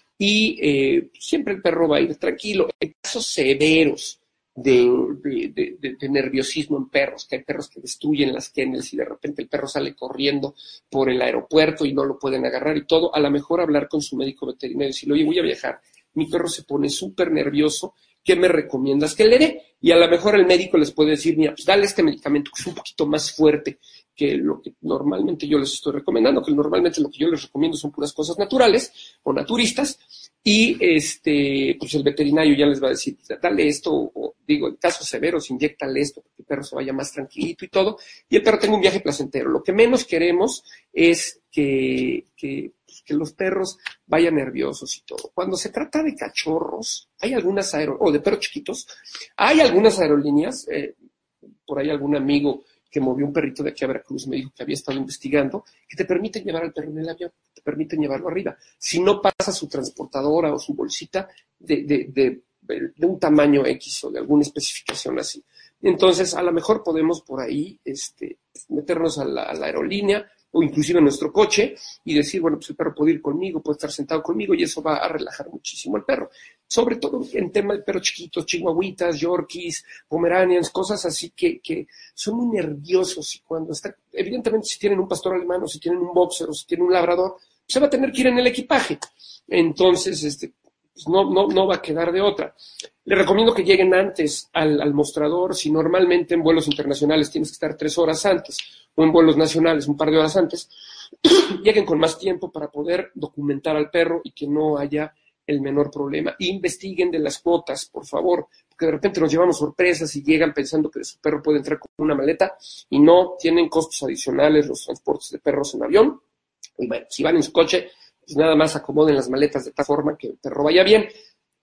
B: Y eh, siempre el perro va a ir tranquilo. En casos severos de, de, de, de nerviosismo en perros, que hay perros que destruyen las kennels y de repente el perro sale corriendo por el aeropuerto y no lo pueden agarrar y todo, a lo mejor hablar con su médico veterinario y decirle, oye, voy a viajar, mi perro se pone súper nervioso, ¿qué me recomiendas que le dé? Y a lo mejor el médico les puede decir, mira, pues dale este medicamento que es un poquito más fuerte que lo que normalmente yo les estoy recomendando, que normalmente lo que yo les recomiendo son puras cosas naturales o naturistas, y este, pues el veterinario ya les va a decir, dale esto, o digo, en casos severos, inyéctale esto, para que el perro se vaya más tranquilito y todo, y el perro tenga un viaje placentero. Lo que menos queremos es que, que, pues, que los perros vayan nerviosos y todo. Cuando se trata de cachorros, hay algunas aerolíneas, o de perros chiquitos, hay algunas aerolíneas, eh, por ahí algún amigo que movió un perrito de aquí a Veracruz me dijo que había estado investigando, que te permiten llevar al perro en el avión, te permiten llevarlo arriba. Si no pasa su transportadora o su bolsita de, de, de, de un tamaño X o de alguna especificación así. Entonces, a lo mejor podemos por ahí este, meternos a la, a la aerolínea o inclusive en nuestro coche y decir, bueno, pues el perro puede ir conmigo, puede estar sentado conmigo y eso va a relajar muchísimo al perro. Sobre todo en tema de perros chiquitos, chihuahuitas, yorkies, pomeranians, cosas así que, que son muy nerviosos y cuando están, evidentemente si tienen un pastor alemán o si tienen un boxer o si tienen un labrador, pues se va a tener que ir en el equipaje. Entonces, este, pues no, no, no va a quedar de otra. Les recomiendo que lleguen antes al, al mostrador. Si normalmente en vuelos internacionales tienes que estar tres horas antes o en vuelos nacionales un par de horas antes, lleguen con más tiempo para poder documentar al perro y que no haya el menor problema. Investiguen de las cuotas, por favor, porque de repente nos llevamos sorpresas y llegan pensando que su perro puede entrar con una maleta y no, tienen costos adicionales los transportes de perros en avión. Y bueno, si van en su coche, pues nada más acomoden las maletas de tal forma que el perro vaya bien.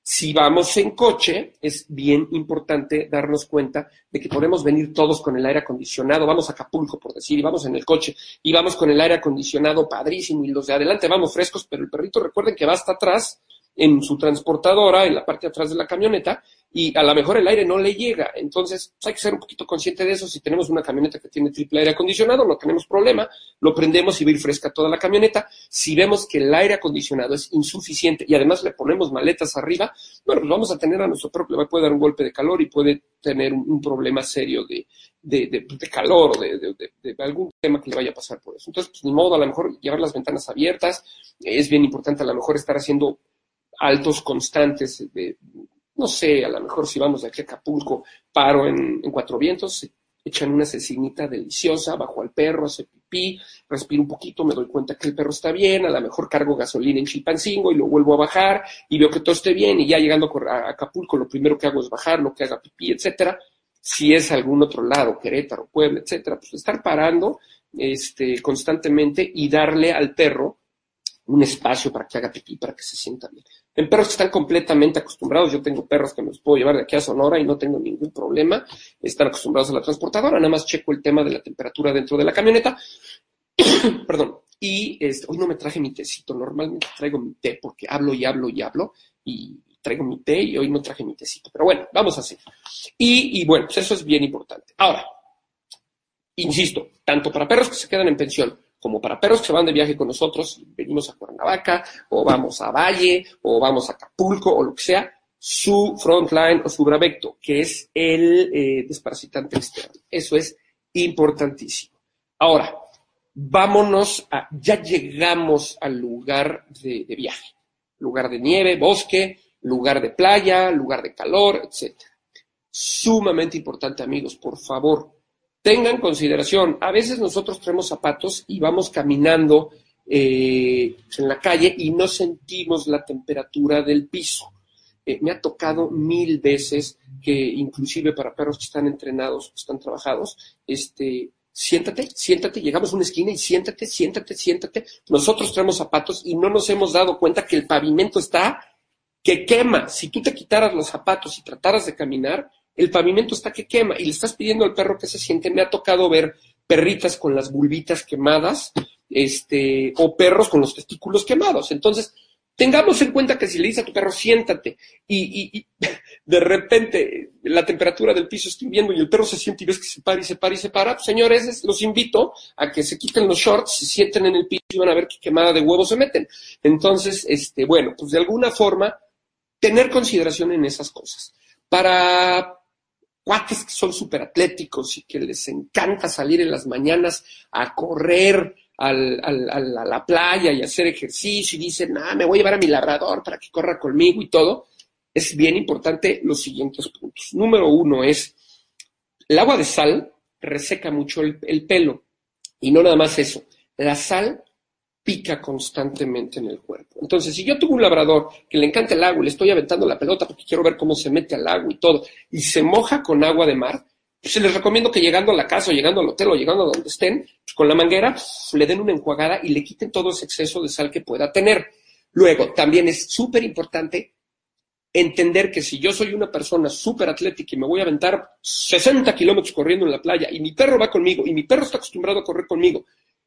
B: Si vamos en coche, es bien importante darnos cuenta de que podemos venir todos con el aire acondicionado. Vamos a Acapulco, por decir, y vamos en el coche, y vamos con el aire acondicionado padrísimo, y los de adelante vamos frescos, pero el perrito, recuerden que va hasta atrás, en su transportadora, en la parte de atrás de la camioneta, y a lo mejor el aire no le llega. Entonces, pues hay que ser un poquito consciente de eso. Si tenemos una camioneta que tiene triple aire acondicionado, no tenemos problema, lo prendemos y va a ir fresca toda la camioneta. Si vemos que el aire acondicionado es insuficiente y además le ponemos maletas arriba, bueno, pues vamos a tener a nuestro perro que le puede dar un golpe de calor y puede tener un, un problema serio de, de, de, de calor o de, de, de, de algún tema que le vaya a pasar por eso. Entonces, pues ni modo, a lo mejor llevar las ventanas abiertas, es bien importante a lo mejor estar haciendo altos constantes de, no sé, a lo mejor si vamos de aquí a Acapulco, paro en, en Cuatro Vientos, echan una cecinita deliciosa, bajo al perro, hace pipí, respiro un poquito, me doy cuenta que el perro está bien, a lo mejor cargo gasolina en Chilpancingo y lo vuelvo a bajar y veo que todo esté bien y ya llegando a Acapulco lo primero que hago es bajarlo, que haga pipí, etcétera. Si es algún otro lado, Querétaro, Puebla, etcétera, pues estar parando este, constantemente y darle al perro un espacio para que haga pipí, para que se sienta bien. En perros que están completamente acostumbrados, yo tengo perros que me los puedo llevar de aquí a Sonora y no tengo ningún problema, están acostumbrados a la transportadora, nada más checo el tema de la temperatura dentro de la camioneta, perdón, y este, hoy no me traje mi tecito, normalmente traigo mi té porque hablo y hablo y hablo, y traigo mi té y hoy no traje mi tecito, pero bueno, vamos a hacer. Y, y bueno, pues eso es bien importante. Ahora, insisto, tanto para perros que se quedan en pensión, como para perros que se van de viaje con nosotros, venimos a Cuernavaca, o vamos a Valle, o vamos a Acapulco, o lo que sea, su Frontline o su Bravecto, que es el eh, desparasitante externo. Eso es importantísimo. Ahora, vámonos a, ya llegamos al lugar de, de viaje, lugar de nieve, bosque, lugar de playa, lugar de calor, etcétera. Sumamente importante, amigos, por favor, tengan consideración, a veces nosotros traemos zapatos y vamos caminando eh, en la calle y no sentimos la temperatura del piso. Eh, me ha tocado mil veces que inclusive para perros que están entrenados, que están trabajados, este, siéntate, siéntate, llegamos a una esquina y siéntate, siéntate, siéntate. Nosotros traemos zapatos y no nos hemos dado cuenta que el pavimento está que quema. Si tú te quitaras los zapatos y trataras de caminar, el pavimento está que quema y le estás pidiendo al perro que se siente. Me ha tocado ver perritas con las vulvitas quemadas, este, o perros con los testículos quemados. Entonces, tengamos en cuenta que si le dices a tu perro, siéntate, y, y, y de repente la temperatura del piso está hirviendo y el perro se siente y ves que se para y se para y se para, pues, señores, los invito a que se quiten los shorts, se sienten en el piso y van a ver qué quemada de huevos se meten. Entonces, este, bueno, pues de alguna forma, tener consideración en esas cosas. Para cuates que son súper atléticos y que les encanta salir en las mañanas a correr al, al, al, a la playa y hacer ejercicio y dicen, ah, me voy a llevar a mi labrador para que corra conmigo y todo, es bien importante los siguientes puntos. Número uno es, el agua de sal reseca mucho el, el pelo y no nada más eso, la sal pica constantemente en el cuerpo. Entonces, si yo tuve un labrador que le encanta el agua y le estoy aventando la pelota porque quiero ver cómo se mete al agua y todo, y se moja con agua de mar, pues les recomiendo que llegando a la casa o llegando al hotel o llegando a donde estén, pues con la manguera pues, le den una enjuagada y le quiten todo ese exceso de sal que pueda tener. Luego, también es súper importante entender que si yo soy una persona súper atlética y me voy a aventar sesenta kilómetros corriendo en la playa y mi perro va conmigo y mi perro está acostumbrado a correr conmigo,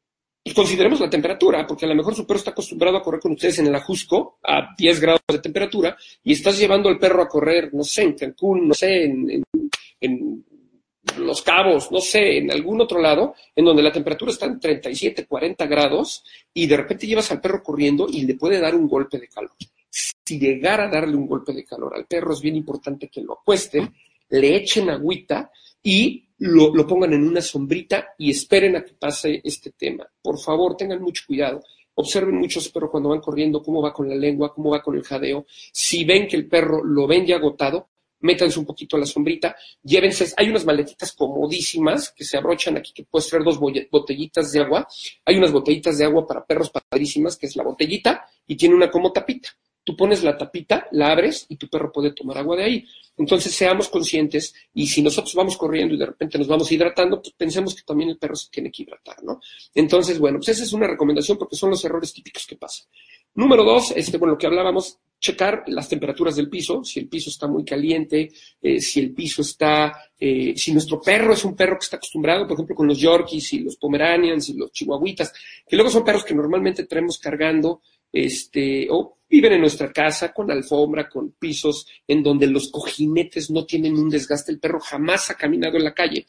B: y consideremos la temperatura, porque a lo mejor su perro está acostumbrado a correr con ustedes en el Ajusco a diez grados de temperatura y estás llevando al perro a correr, no sé, en Cancún, no sé, en, en, en Los Cabos, no sé, en algún otro lado, en donde la temperatura está en treinta y siete, cuarenta grados y de repente llevas al perro corriendo y le puede dar un golpe de calor. Si llegara a darle un golpe de calor al perro, es bien importante que lo acuesten, le echen agüita y Lo, lo pongan en una sombrita y esperen a que pase este tema. Por favor, tengan mucho cuidado. Observen mucho a su perro cuando van corriendo, cómo va con la lengua, cómo va con el jadeo. Si ven que el perro lo ven ya agotado, métanse un poquito a la sombrita, llévense, hay unas maletitas comodísimas que se abrochan aquí, que puedes traer dos botellitas de agua. Hay unas botellitas de agua para perros padrísimas, que es la botellita, y tiene una como tapita. Tú pones la tapita, la abres y tu perro puede tomar agua de ahí. Entonces seamos conscientes y si nosotros vamos corriendo y de repente nos vamos hidratando, pues pensemos que también el perro se tiene que hidratar, ¿no? Entonces, bueno, pues esa es una recomendación porque son los errores típicos que pasan. Número dos, este, bueno, lo que hablábamos, checar las temperaturas del piso, si el piso está muy caliente, eh, si el piso está, eh, si nuestro perro es un perro que está acostumbrado, por ejemplo, con los Yorkies y los Pomeranians y los Chihuahuitas, que luego son perros que normalmente traemos cargando, este, o viven en nuestra casa con alfombra, con pisos en donde los cojinetes no tienen un desgaste, el perro jamás ha caminado en la calle,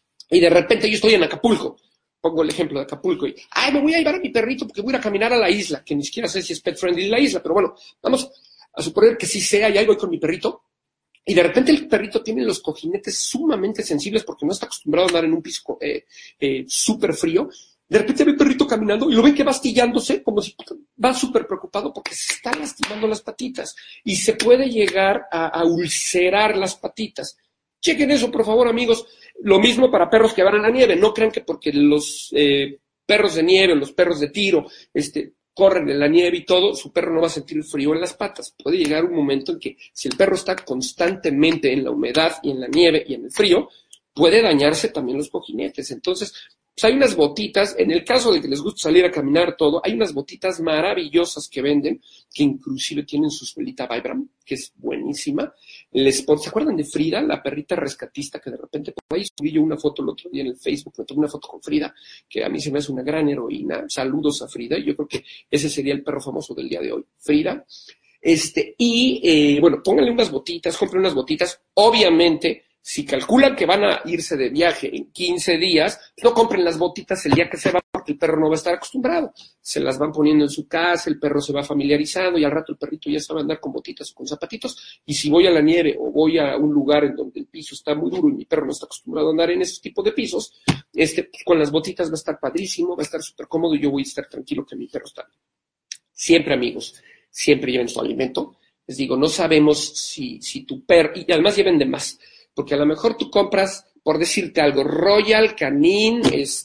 B: y de repente yo estoy en Acapulco, pongo el ejemplo de Acapulco y, ay, me voy a llevar a mi perrito porque voy a ir a caminar a la isla, que ni siquiera sé si es pet friendly la isla, pero bueno, vamos a suponer que sí sea, y ahí voy con mi perrito, y de repente el perrito tiene los cojinetes sumamente sensibles porque no está acostumbrado a andar en un piso eh, eh, súper frío. De repente ve el perrito caminando y lo ven que va astillándose, como si va súper preocupado porque se está lastimando las patitas y se puede llegar a, a ulcerar las patitas. Chequen eso, por favor, amigos. Lo mismo para perros que van a la nieve. No crean que porque los eh, perros de nieve, los perros de tiro, este, corren en la nieve y todo, su perro no va a sentir frío en las patas. Puede llegar un momento en que si el perro está constantemente en la humedad y en la nieve y en el frío, puede dañarse también los cojinetes. Entonces, pues hay unas botitas, en el caso de que les guste salir a caminar todo, hay unas botitas maravillosas que venden, que inclusive tienen su suelita Vibram, que es buenísima. Les, ¿se acuerdan de Frida, la perrita rescatista que de repente por ahí subí yo una foto el otro día en el Facebook, me tomé una foto con Frida, que a mí se me hace una gran heroína? Saludos a Frida, y yo creo que ese sería el perro famoso del día de hoy, Frida. Este, y eh, bueno, pónganle unas botitas, compren unas botitas, obviamente. Si calculan que van a irse de viaje en quince días, no compren las botitas el día que se va porque el perro no va a estar acostumbrado. Se las van poniendo en su casa, el perro se va familiarizando y al rato el perrito ya sabe andar con botitas o con zapatitos. Y si voy a la nieve o voy a un lugar en donde el piso está muy duro y mi perro no está acostumbrado a andar en esos tipos de pisos, este, con las botitas va a estar padrísimo, va a estar súper cómodo y yo voy a estar tranquilo que mi perro está bien. Siempre, amigos, siempre lleven su alimento. Les digo, no sabemos si, si tu perro, y además lleven de más. Porque a lo mejor tú compras, por decirte algo, Royal Canin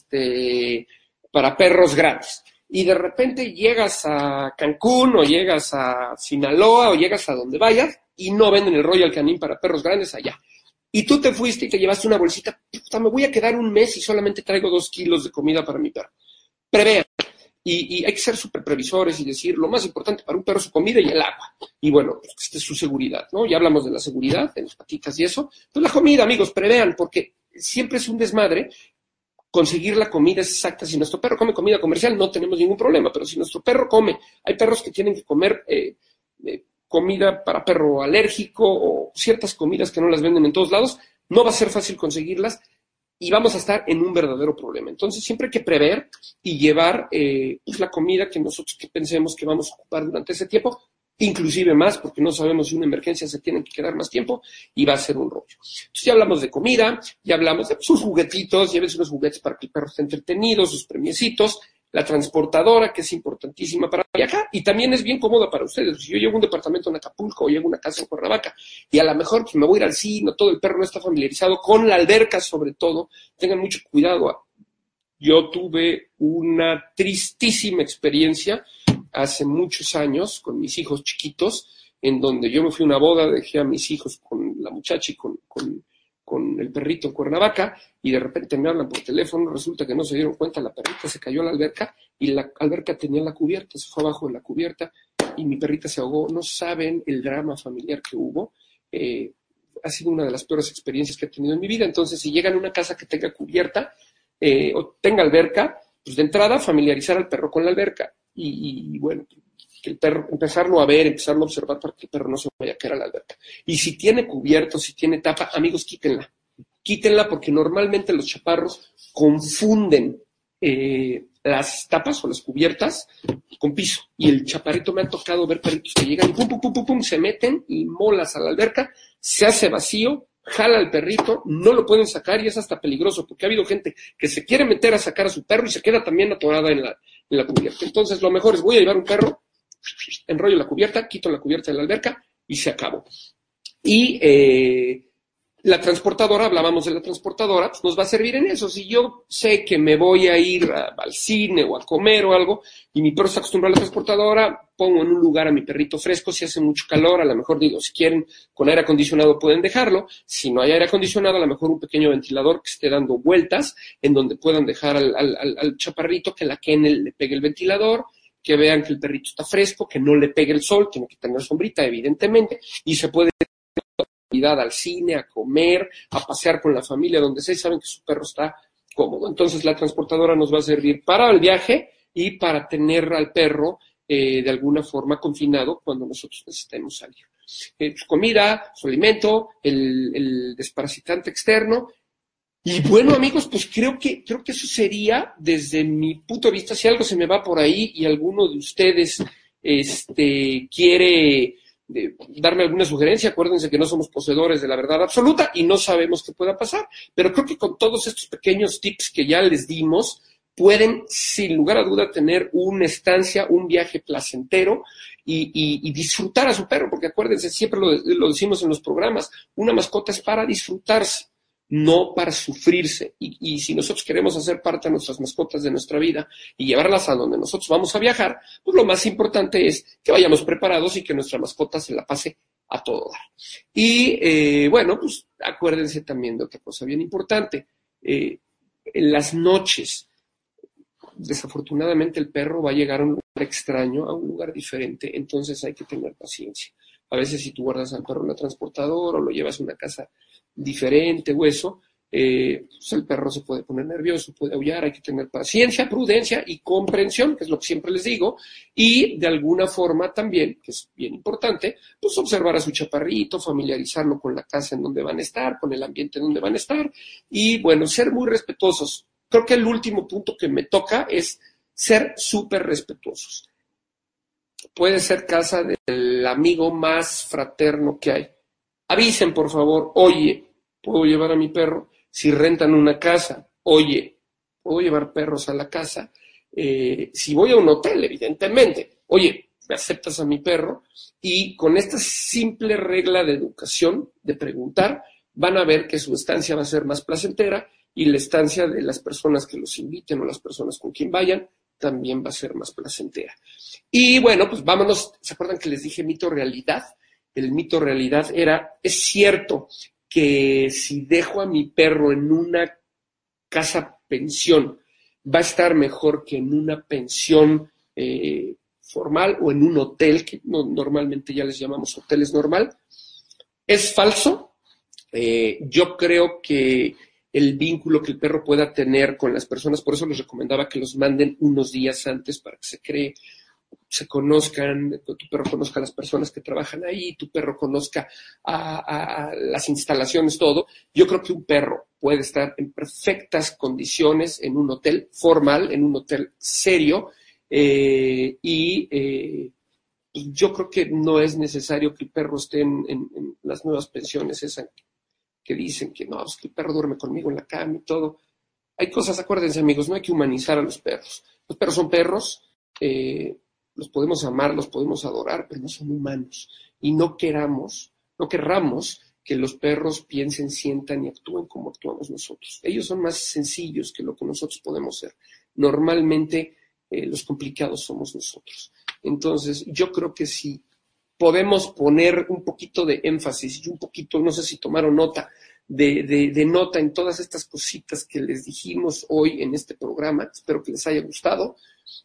B: este, para perros grandes. Y de repente llegas a Cancún o llegas a Sinaloa o llegas a donde vayas y no venden el Royal Canin para perros grandes allá. Y tú te fuiste y te llevaste una bolsita, puta, me voy a quedar un mes y solamente traigo dos kilos de comida para mi perro. Prevean. Y, y hay que ser súper previsores y decir, lo más importante para un perro es su comida y el agua. Y bueno, pues esta es su seguridad, ¿no? Ya hablamos de la seguridad, de las patitas y eso. Pues la comida, amigos, prevean, porque siempre es un desmadre conseguir la comida exacta. Si nuestro perro come comida comercial, no tenemos ningún problema, pero si nuestro perro come, hay perros que tienen que comer eh, eh, comida para perro alérgico o ciertas comidas que no las venden en todos lados, no va a ser fácil conseguirlas. Y vamos a estar en un verdadero problema. Entonces, siempre hay que prever y llevar eh, pues, la comida que nosotros que pensemos que vamos a ocupar durante ese tiempo, inclusive más, porque no sabemos si una emergencia se tiene que quedar más tiempo y va a ser un rollo. Entonces, ya hablamos de comida, ya hablamos de sus juguetitos, llévense unos juguetes para que el perro esté entretenido, sus premiecitos, la transportadora, que es importantísima para viajar, y también es bien cómoda para ustedes. Si yo llevo un departamento en Acapulco o llevo una casa en Cuernavaca, y a lo mejor pues, me voy a ir al cine, todo el perro no está familiarizado con la alberca, sobre todo, tengan mucho cuidado. Yo tuve una tristísima experiencia hace muchos años con mis hijos chiquitos, en donde yo me fui a una boda, dejé a mis hijos con la muchacha y con, con, con el perrito en Cuernavaca, y de repente me hablan por teléfono, resulta que no se dieron cuenta, la perrita se cayó a la alberca, y la alberca tenía la cubierta, se fue abajo de la cubierta, y mi perrita se ahogó. No saben el drama familiar que hubo. Eh, ha sido una de las peores experiencias que he tenido en mi vida. Entonces, si llegan a una casa que tenga cubierta, eh, o tenga alberca, pues de entrada familiarizar al perro con la alberca, y, y bueno, que el perro, empezarlo a ver, empezarlo a observar para que el perro no se vaya a caer a la alberca. Y si tiene cubierto, si tiene tapa, amigos, quítenla. Quítenla porque normalmente los chaparros confunden eh, las tapas o las cubiertas con piso. Y el chaparrito, me ha tocado ver perritos que llegan y pum, pum, pum, pum, pum, se meten y molas a la alberca, se hace vacío, jala al perrito, no lo pueden sacar y es hasta peligroso porque ha habido gente que se quiere meter a sacar a su perro y se queda también atorada en la, en la cubierta. Entonces, lo mejor es, voy a llevar un perro, enrollo la cubierta, quito la cubierta de la alberca y se acabó. Y eh, la transportadora, hablábamos de la transportadora, pues nos va a servir en eso. Si yo sé que me voy a ir a, al cine o a comer o algo y mi perro está acostumbrado a la transportadora, pongo en un lugar a mi perrito fresco. Si hace mucho calor, a lo mejor digo, si quieren con aire acondicionado pueden dejarlo. Si no hay aire acondicionado, a lo mejor un pequeño ventilador que esté dando vueltas en donde puedan dejar al, al, al chaparrito que la Kennel le pegue el ventilador. que vean que el perrito está fresco, que no le pegue el sol, tiene que tener sombrita, evidentemente, y se puede ir al cine, a comer, a pasear con la familia, donde sea, y saben que su perro está cómodo. Entonces la transportadora nos va a servir para el viaje y para tener al perro eh, de alguna forma confinado cuando nosotros necesitemos salir. Eh, su comida, su alimento, el, el desparasitante externo. Y bueno, amigos, pues creo que, creo que eso sería, desde mi punto de vista, si algo se me va por ahí y alguno de ustedes este, quiere de, darme alguna sugerencia, acuérdense que no somos poseedores de la verdad absoluta y no sabemos qué pueda pasar, pero creo que con todos estos pequeños tips que ya les dimos, pueden, sin lugar a duda, tener una estancia, un viaje placentero y, y, y disfrutar a su perro, porque acuérdense, siempre lo, lo decimos en los programas, una mascota es para disfrutarse, no para sufrirse. Y, y si nosotros queremos hacer parte de nuestras mascotas de nuestra vida y llevarlas a donde nosotros vamos a viajar, pues lo más importante es que vayamos preparados y que nuestra mascota se la pase a todo dar. Y eh, bueno, pues acuérdense también de otra cosa bien importante. Eh, en las noches, desafortunadamente el perro va a llegar a un lugar extraño, a un lugar diferente, entonces hay que tener paciencia. A veces si tú guardas al perro en la transportadora o lo llevas a una casa diferente o eso, eh, pues el perro se puede poner nervioso, puede aullar, hay que tener paciencia, prudencia y comprensión, que es lo que siempre les digo, y de alguna forma también, que es bien importante, pues observar a su chaparrito, familiarizarlo con la casa en donde van a estar, con el ambiente en donde van a estar, y bueno, ser muy respetuosos. Creo que el último punto que me toca es ser súper respetuosos. Puede ser casa del amigo más fraterno que hay. Avisen, por favor, oye, ¿puedo llevar a mi perro? Si rentan una casa, oye, ¿puedo llevar perros a la casa? Eh, si voy a un hotel, evidentemente, oye, ¿me aceptas a mi perro? Y con esta simple regla de educación, de preguntar, van a ver que su estancia va a ser más placentera y la estancia de las personas que los inviten o las personas con quien vayan también va a ser más placentera. Y bueno, pues vámonos, ¿se acuerdan que les dije mito realidad? El mito realidad era, es cierto que si dejo a mi perro en una casa pensión, va a estar mejor que en una pensión eh, formal o en un hotel, que no, normalmente ya les llamamos hoteles normal. Es falso. Eh, yo creo que el vínculo que el perro pueda tener con las personas, por eso les recomendaba que los manden unos días antes para que se cree, se conozcan, tu perro conozca a las personas que trabajan ahí, tu perro conozca a, a, a las instalaciones, todo. Yo creo que un perro puede estar en perfectas condiciones en un hotel formal, en un hotel serio, eh, y eh, yo creo que no es necesario que el perro esté en, en, en las nuevas pensiones esas que dicen que no, es que el perro duerme conmigo en la cama y todo. Hay cosas, acuérdense amigos, no hay que humanizar a los perros. Los perros son perros, eh, los podemos amar, los podemos adorar, pero no son humanos. Y no queramos, no querramos que los perros piensen, sientan y actúen como actuamos nosotros. Ellos son más sencillos que lo que nosotros podemos ser. Normalmente eh, los complicados somos nosotros. Entonces, yo creo que si podemos poner un poquito de énfasis y un poquito, no sé si tomaron nota, de, de, de nota en todas estas cositas que les dijimos hoy en este programa, espero que les haya gustado,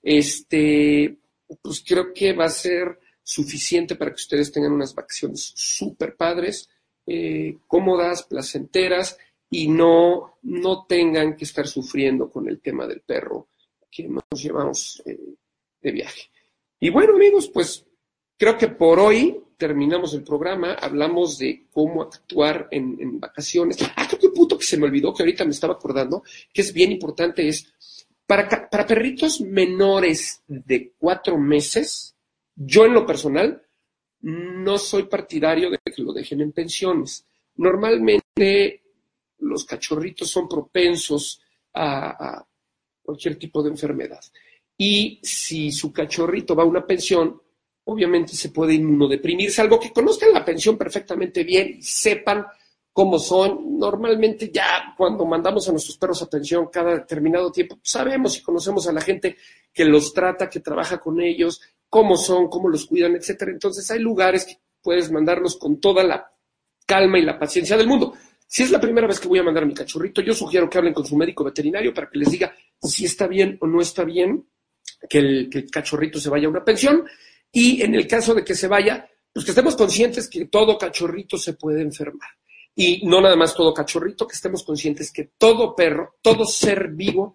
B: este, pues creo que va a ser suficiente para que ustedes tengan unas vacaciones súper padres, eh, cómodas, placenteras y no, no tengan que estar sufriendo con el tema del perro que nos llevamos eh, de viaje. Y bueno, amigos, pues creo que por hoy terminamos el programa, hablamos de cómo actuar en, en vacaciones. Ah, creo que un punto que se me olvidó, que ahorita me estaba acordando, que es bien importante, es para, para perritos menores de cuatro meses, yo en lo personal no soy partidario de que lo dejen en pensiones. Normalmente los cachorritos son propensos a, a cualquier tipo de enfermedad. Y si su cachorrito va a una pensión, obviamente se puede inmunodeprimir, salvo que conozcan la pensión perfectamente bien y sepan cómo son. Normalmente ya cuando mandamos a nuestros perros a pensión cada determinado tiempo, sabemos y conocemos a la gente que los trata, que trabaja con ellos, cómo son, cómo los cuidan, etcétera. Entonces hay lugares que puedes mandarlos con toda la calma y la paciencia del mundo. Si es la primera vez que voy a mandar a mi cachorrito, yo sugiero que hablen con su médico veterinario para que les diga si está bien o no está bien. que el, que el cachorrito se vaya a una pensión, y en el caso de que se vaya, pues que estemos conscientes que todo cachorrito se puede enfermar. Y no nada más todo cachorrito, que estemos conscientes que todo perro, todo ser vivo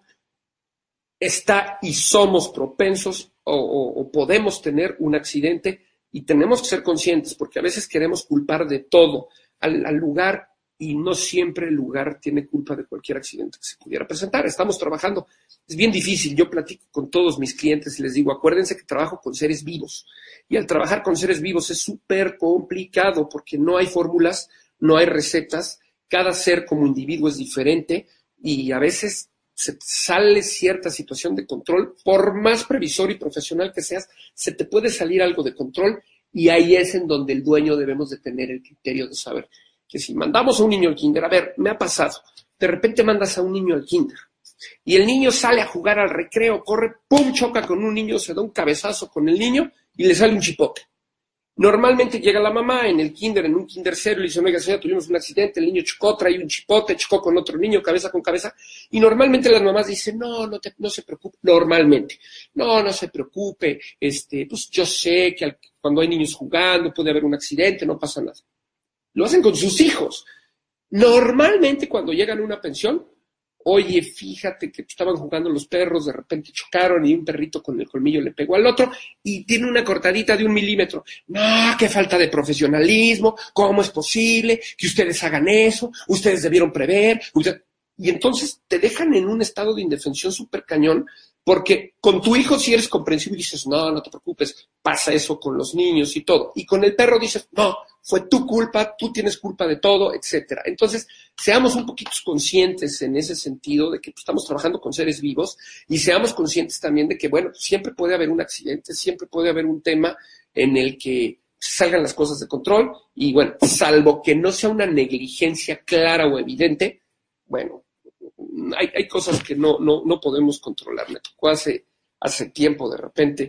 B: está y somos propensos o, o, o podemos tener un accidente, y tenemos que ser conscientes porque a veces queremos culpar de todo al, al lugar, y no siempre el lugar tiene culpa de cualquier accidente que se pudiera presentar. Estamos trabajando, es bien difícil, yo platico con todos mis clientes y les digo, acuérdense que trabajo con seres vivos, y al trabajar con seres vivos es súper complicado porque no hay fórmulas, no hay recetas, cada ser como individuo es diferente, y a veces se sale cierta situación de control, por más previsor y profesional que seas, se te puede salir algo de control, y ahí es en donde el dueño debemos de tener el criterio de saber que si mandamos a un niño al kinder, a ver, me ha pasado, de repente mandas a un niño al kinder, y el niño sale a jugar al recreo, corre, pum, choca con un niño, se da un cabezazo con el niño, y le sale un chipote. Normalmente llega la mamá en el kinder, en un kinder cero, y le dice, oiga, señora, tuvimos un accidente, el niño chocó, trae un chipote, chocó con otro niño, cabeza con cabeza, y normalmente las mamás dicen, no, no, te, no se preocupe, normalmente, no, no se preocupe, este, pues yo sé que al, cuando hay niños jugando puede haber un accidente, no pasa nada. Lo hacen con sus hijos. Normalmente cuando llegan a una pensión, oye, fíjate que estaban jugando los perros, de repente chocaron y un perrito con el colmillo le pegó al otro y tiene una cortadita de un milímetro. No, qué falta de profesionalismo, ¿cómo es posible que ustedes hagan eso? Ustedes debieron prever. Usted... Y entonces te dejan en un estado de indefensión súper cañón, porque con tu hijo si eres comprensivo y dices, no, no te preocupes, pasa eso con los niños y todo. Y con el perro dices, no, fue tu culpa, tú tienes culpa de todo, etcétera. Entonces, seamos un poquito conscientes en ese sentido de que pues, estamos trabajando con seres vivos, y seamos conscientes también de que, bueno, siempre puede haber un accidente, siempre puede haber un tema en el que salgan las cosas de control, y bueno, salvo que no sea una negligencia clara o evidente, bueno, hay, hay cosas que no, no, no podemos controlar. Me tocó hace, hace tiempo, de repente,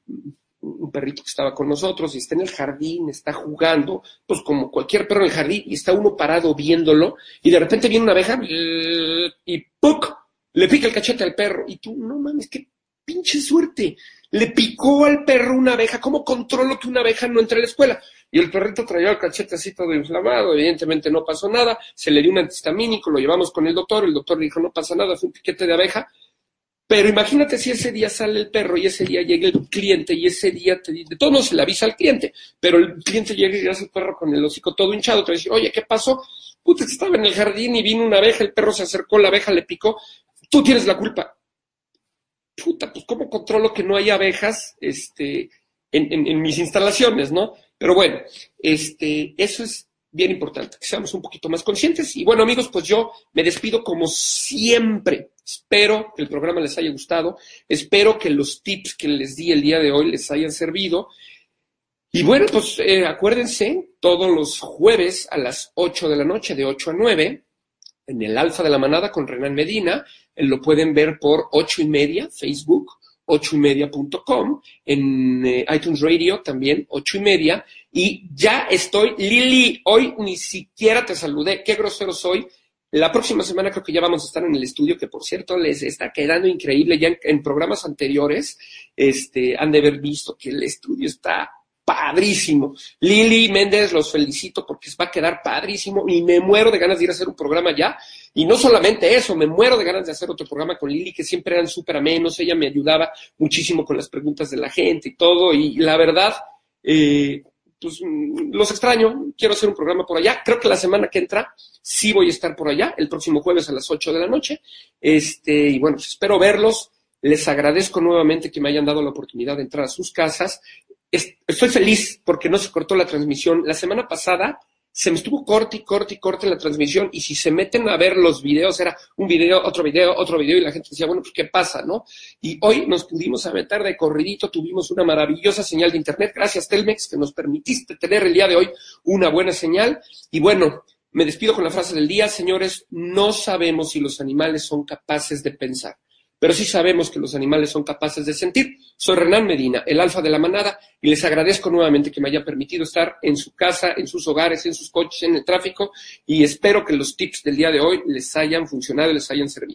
B: un perrito que estaba con nosotros y está en el jardín, está jugando, pues como cualquier perro en el jardín, y está uno parado viéndolo, y de repente viene una abeja y ¡puc! Le pica el cachete al perro, y tú, no mames, qué pinche suerte, le picó al perro una abeja. ¿Cómo controlo que una abeja no entre a la escuela? Y el perrito traía el cachete así todo inflamado, evidentemente no pasó nada, se le dio un antihistamínico, lo llevamos con el doctor, el doctor dijo no pasa nada, fue un piquete de abeja. Pero imagínate si ese día sale el perro y ese día llega el cliente y ese día te dice, de todos modos se le avisa al cliente, pero el cliente llega y hace el perro con el hocico todo hinchado, te va a decir, oye, ¿qué pasó? Puta, estaba en el jardín y vino una abeja, el perro se acercó, la abeja le picó, tú tienes la culpa. Puta, pues ¿cómo controlo que no haya abejas este, en, en, en mis instalaciones, no? Pero bueno, este, eso es bien importante, que seamos un poquito más conscientes. Y bueno, amigos, pues yo me despido como siempre. Espero que el programa les haya gustado. Espero que los tips que les di el día de hoy les hayan servido. Y bueno, pues eh, acuérdense, todos los jueves a las ocho de la noche, de ocho a nueve, en el Alfa de la Manada con Renan Medina. Eh, lo pueden ver por ocho y media, Facebook, ocho y media punto com, en eh, iTunes Radio también, ocho y media. Y ya estoy, Lili, hoy ni siquiera te saludé, qué grosero soy. La próxima semana creo que ya vamos a estar en el estudio, que por cierto les está quedando increíble. Ya en, en programas anteriores este, han de haber visto que el estudio está padrísimo. Lili Méndez, los felicito porque va a quedar padrísimo y me muero de ganas de ir a hacer un programa ya. Y no solamente eso, me muero de ganas de hacer otro programa con Lili, que siempre eran súper amenos. Ella me ayudaba muchísimo con las preguntas de la gente y todo. Y la verdad, eh, pues los extraño. Quiero hacer un programa por allá. Creo que la semana que entra sí voy a estar por allá, el próximo jueves a las ocho de la noche. Este, y bueno, pues espero verlos. Les agradezco nuevamente que me hayan dado la oportunidad de entrar a sus casas. Estoy feliz porque no se cortó la transmisión. La semana pasada se me estuvo corte y corte y corte la transmisión, y si se meten a ver los videos, era un video, otro video, otro video, y la gente decía, bueno, pues ¿qué pasa, no? Y hoy nos pudimos meter de corridito, tuvimos una maravillosa señal de internet. Gracias, Telmex, que nos permitiste tener el día de hoy una buena señal. Y bueno, me despido con la frase del día, señores, no sabemos si los animales son capaces de pensar, pero sí sabemos que los animales son capaces de sentir. Soy Renan Medina, el Alfa de la Manada, y les agradezco nuevamente que me haya permitido estar en su casa, en sus hogares, en sus coches, en el tráfico, y espero que los tips del día de hoy les hayan funcionado y les hayan servido.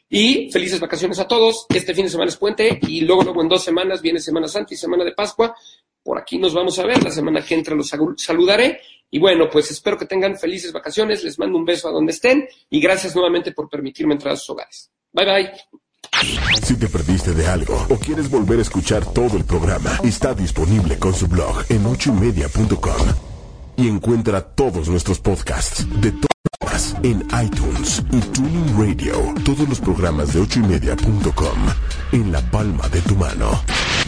B: Y felices vacaciones a todos. Este fin de semana es puente y luego, luego en dos semanas viene Semana Santa y Semana de Pascua. Por aquí nos vamos a ver. La semana que entra los saludaré. Y bueno, pues espero que tengan felices vacaciones. Les mando un beso a donde estén. Y gracias nuevamente por permitirme entrar a sus hogares. Bye, bye.
A: Si te perdiste de algo o quieres volver a escuchar todo el programa, está disponible con su blog en ocho y media punto com. Y encuentra todos nuestros podcasts de todas en iTunes y Tuning Radio. Todos los programas de ocho y media punto com en la palma de tu mano.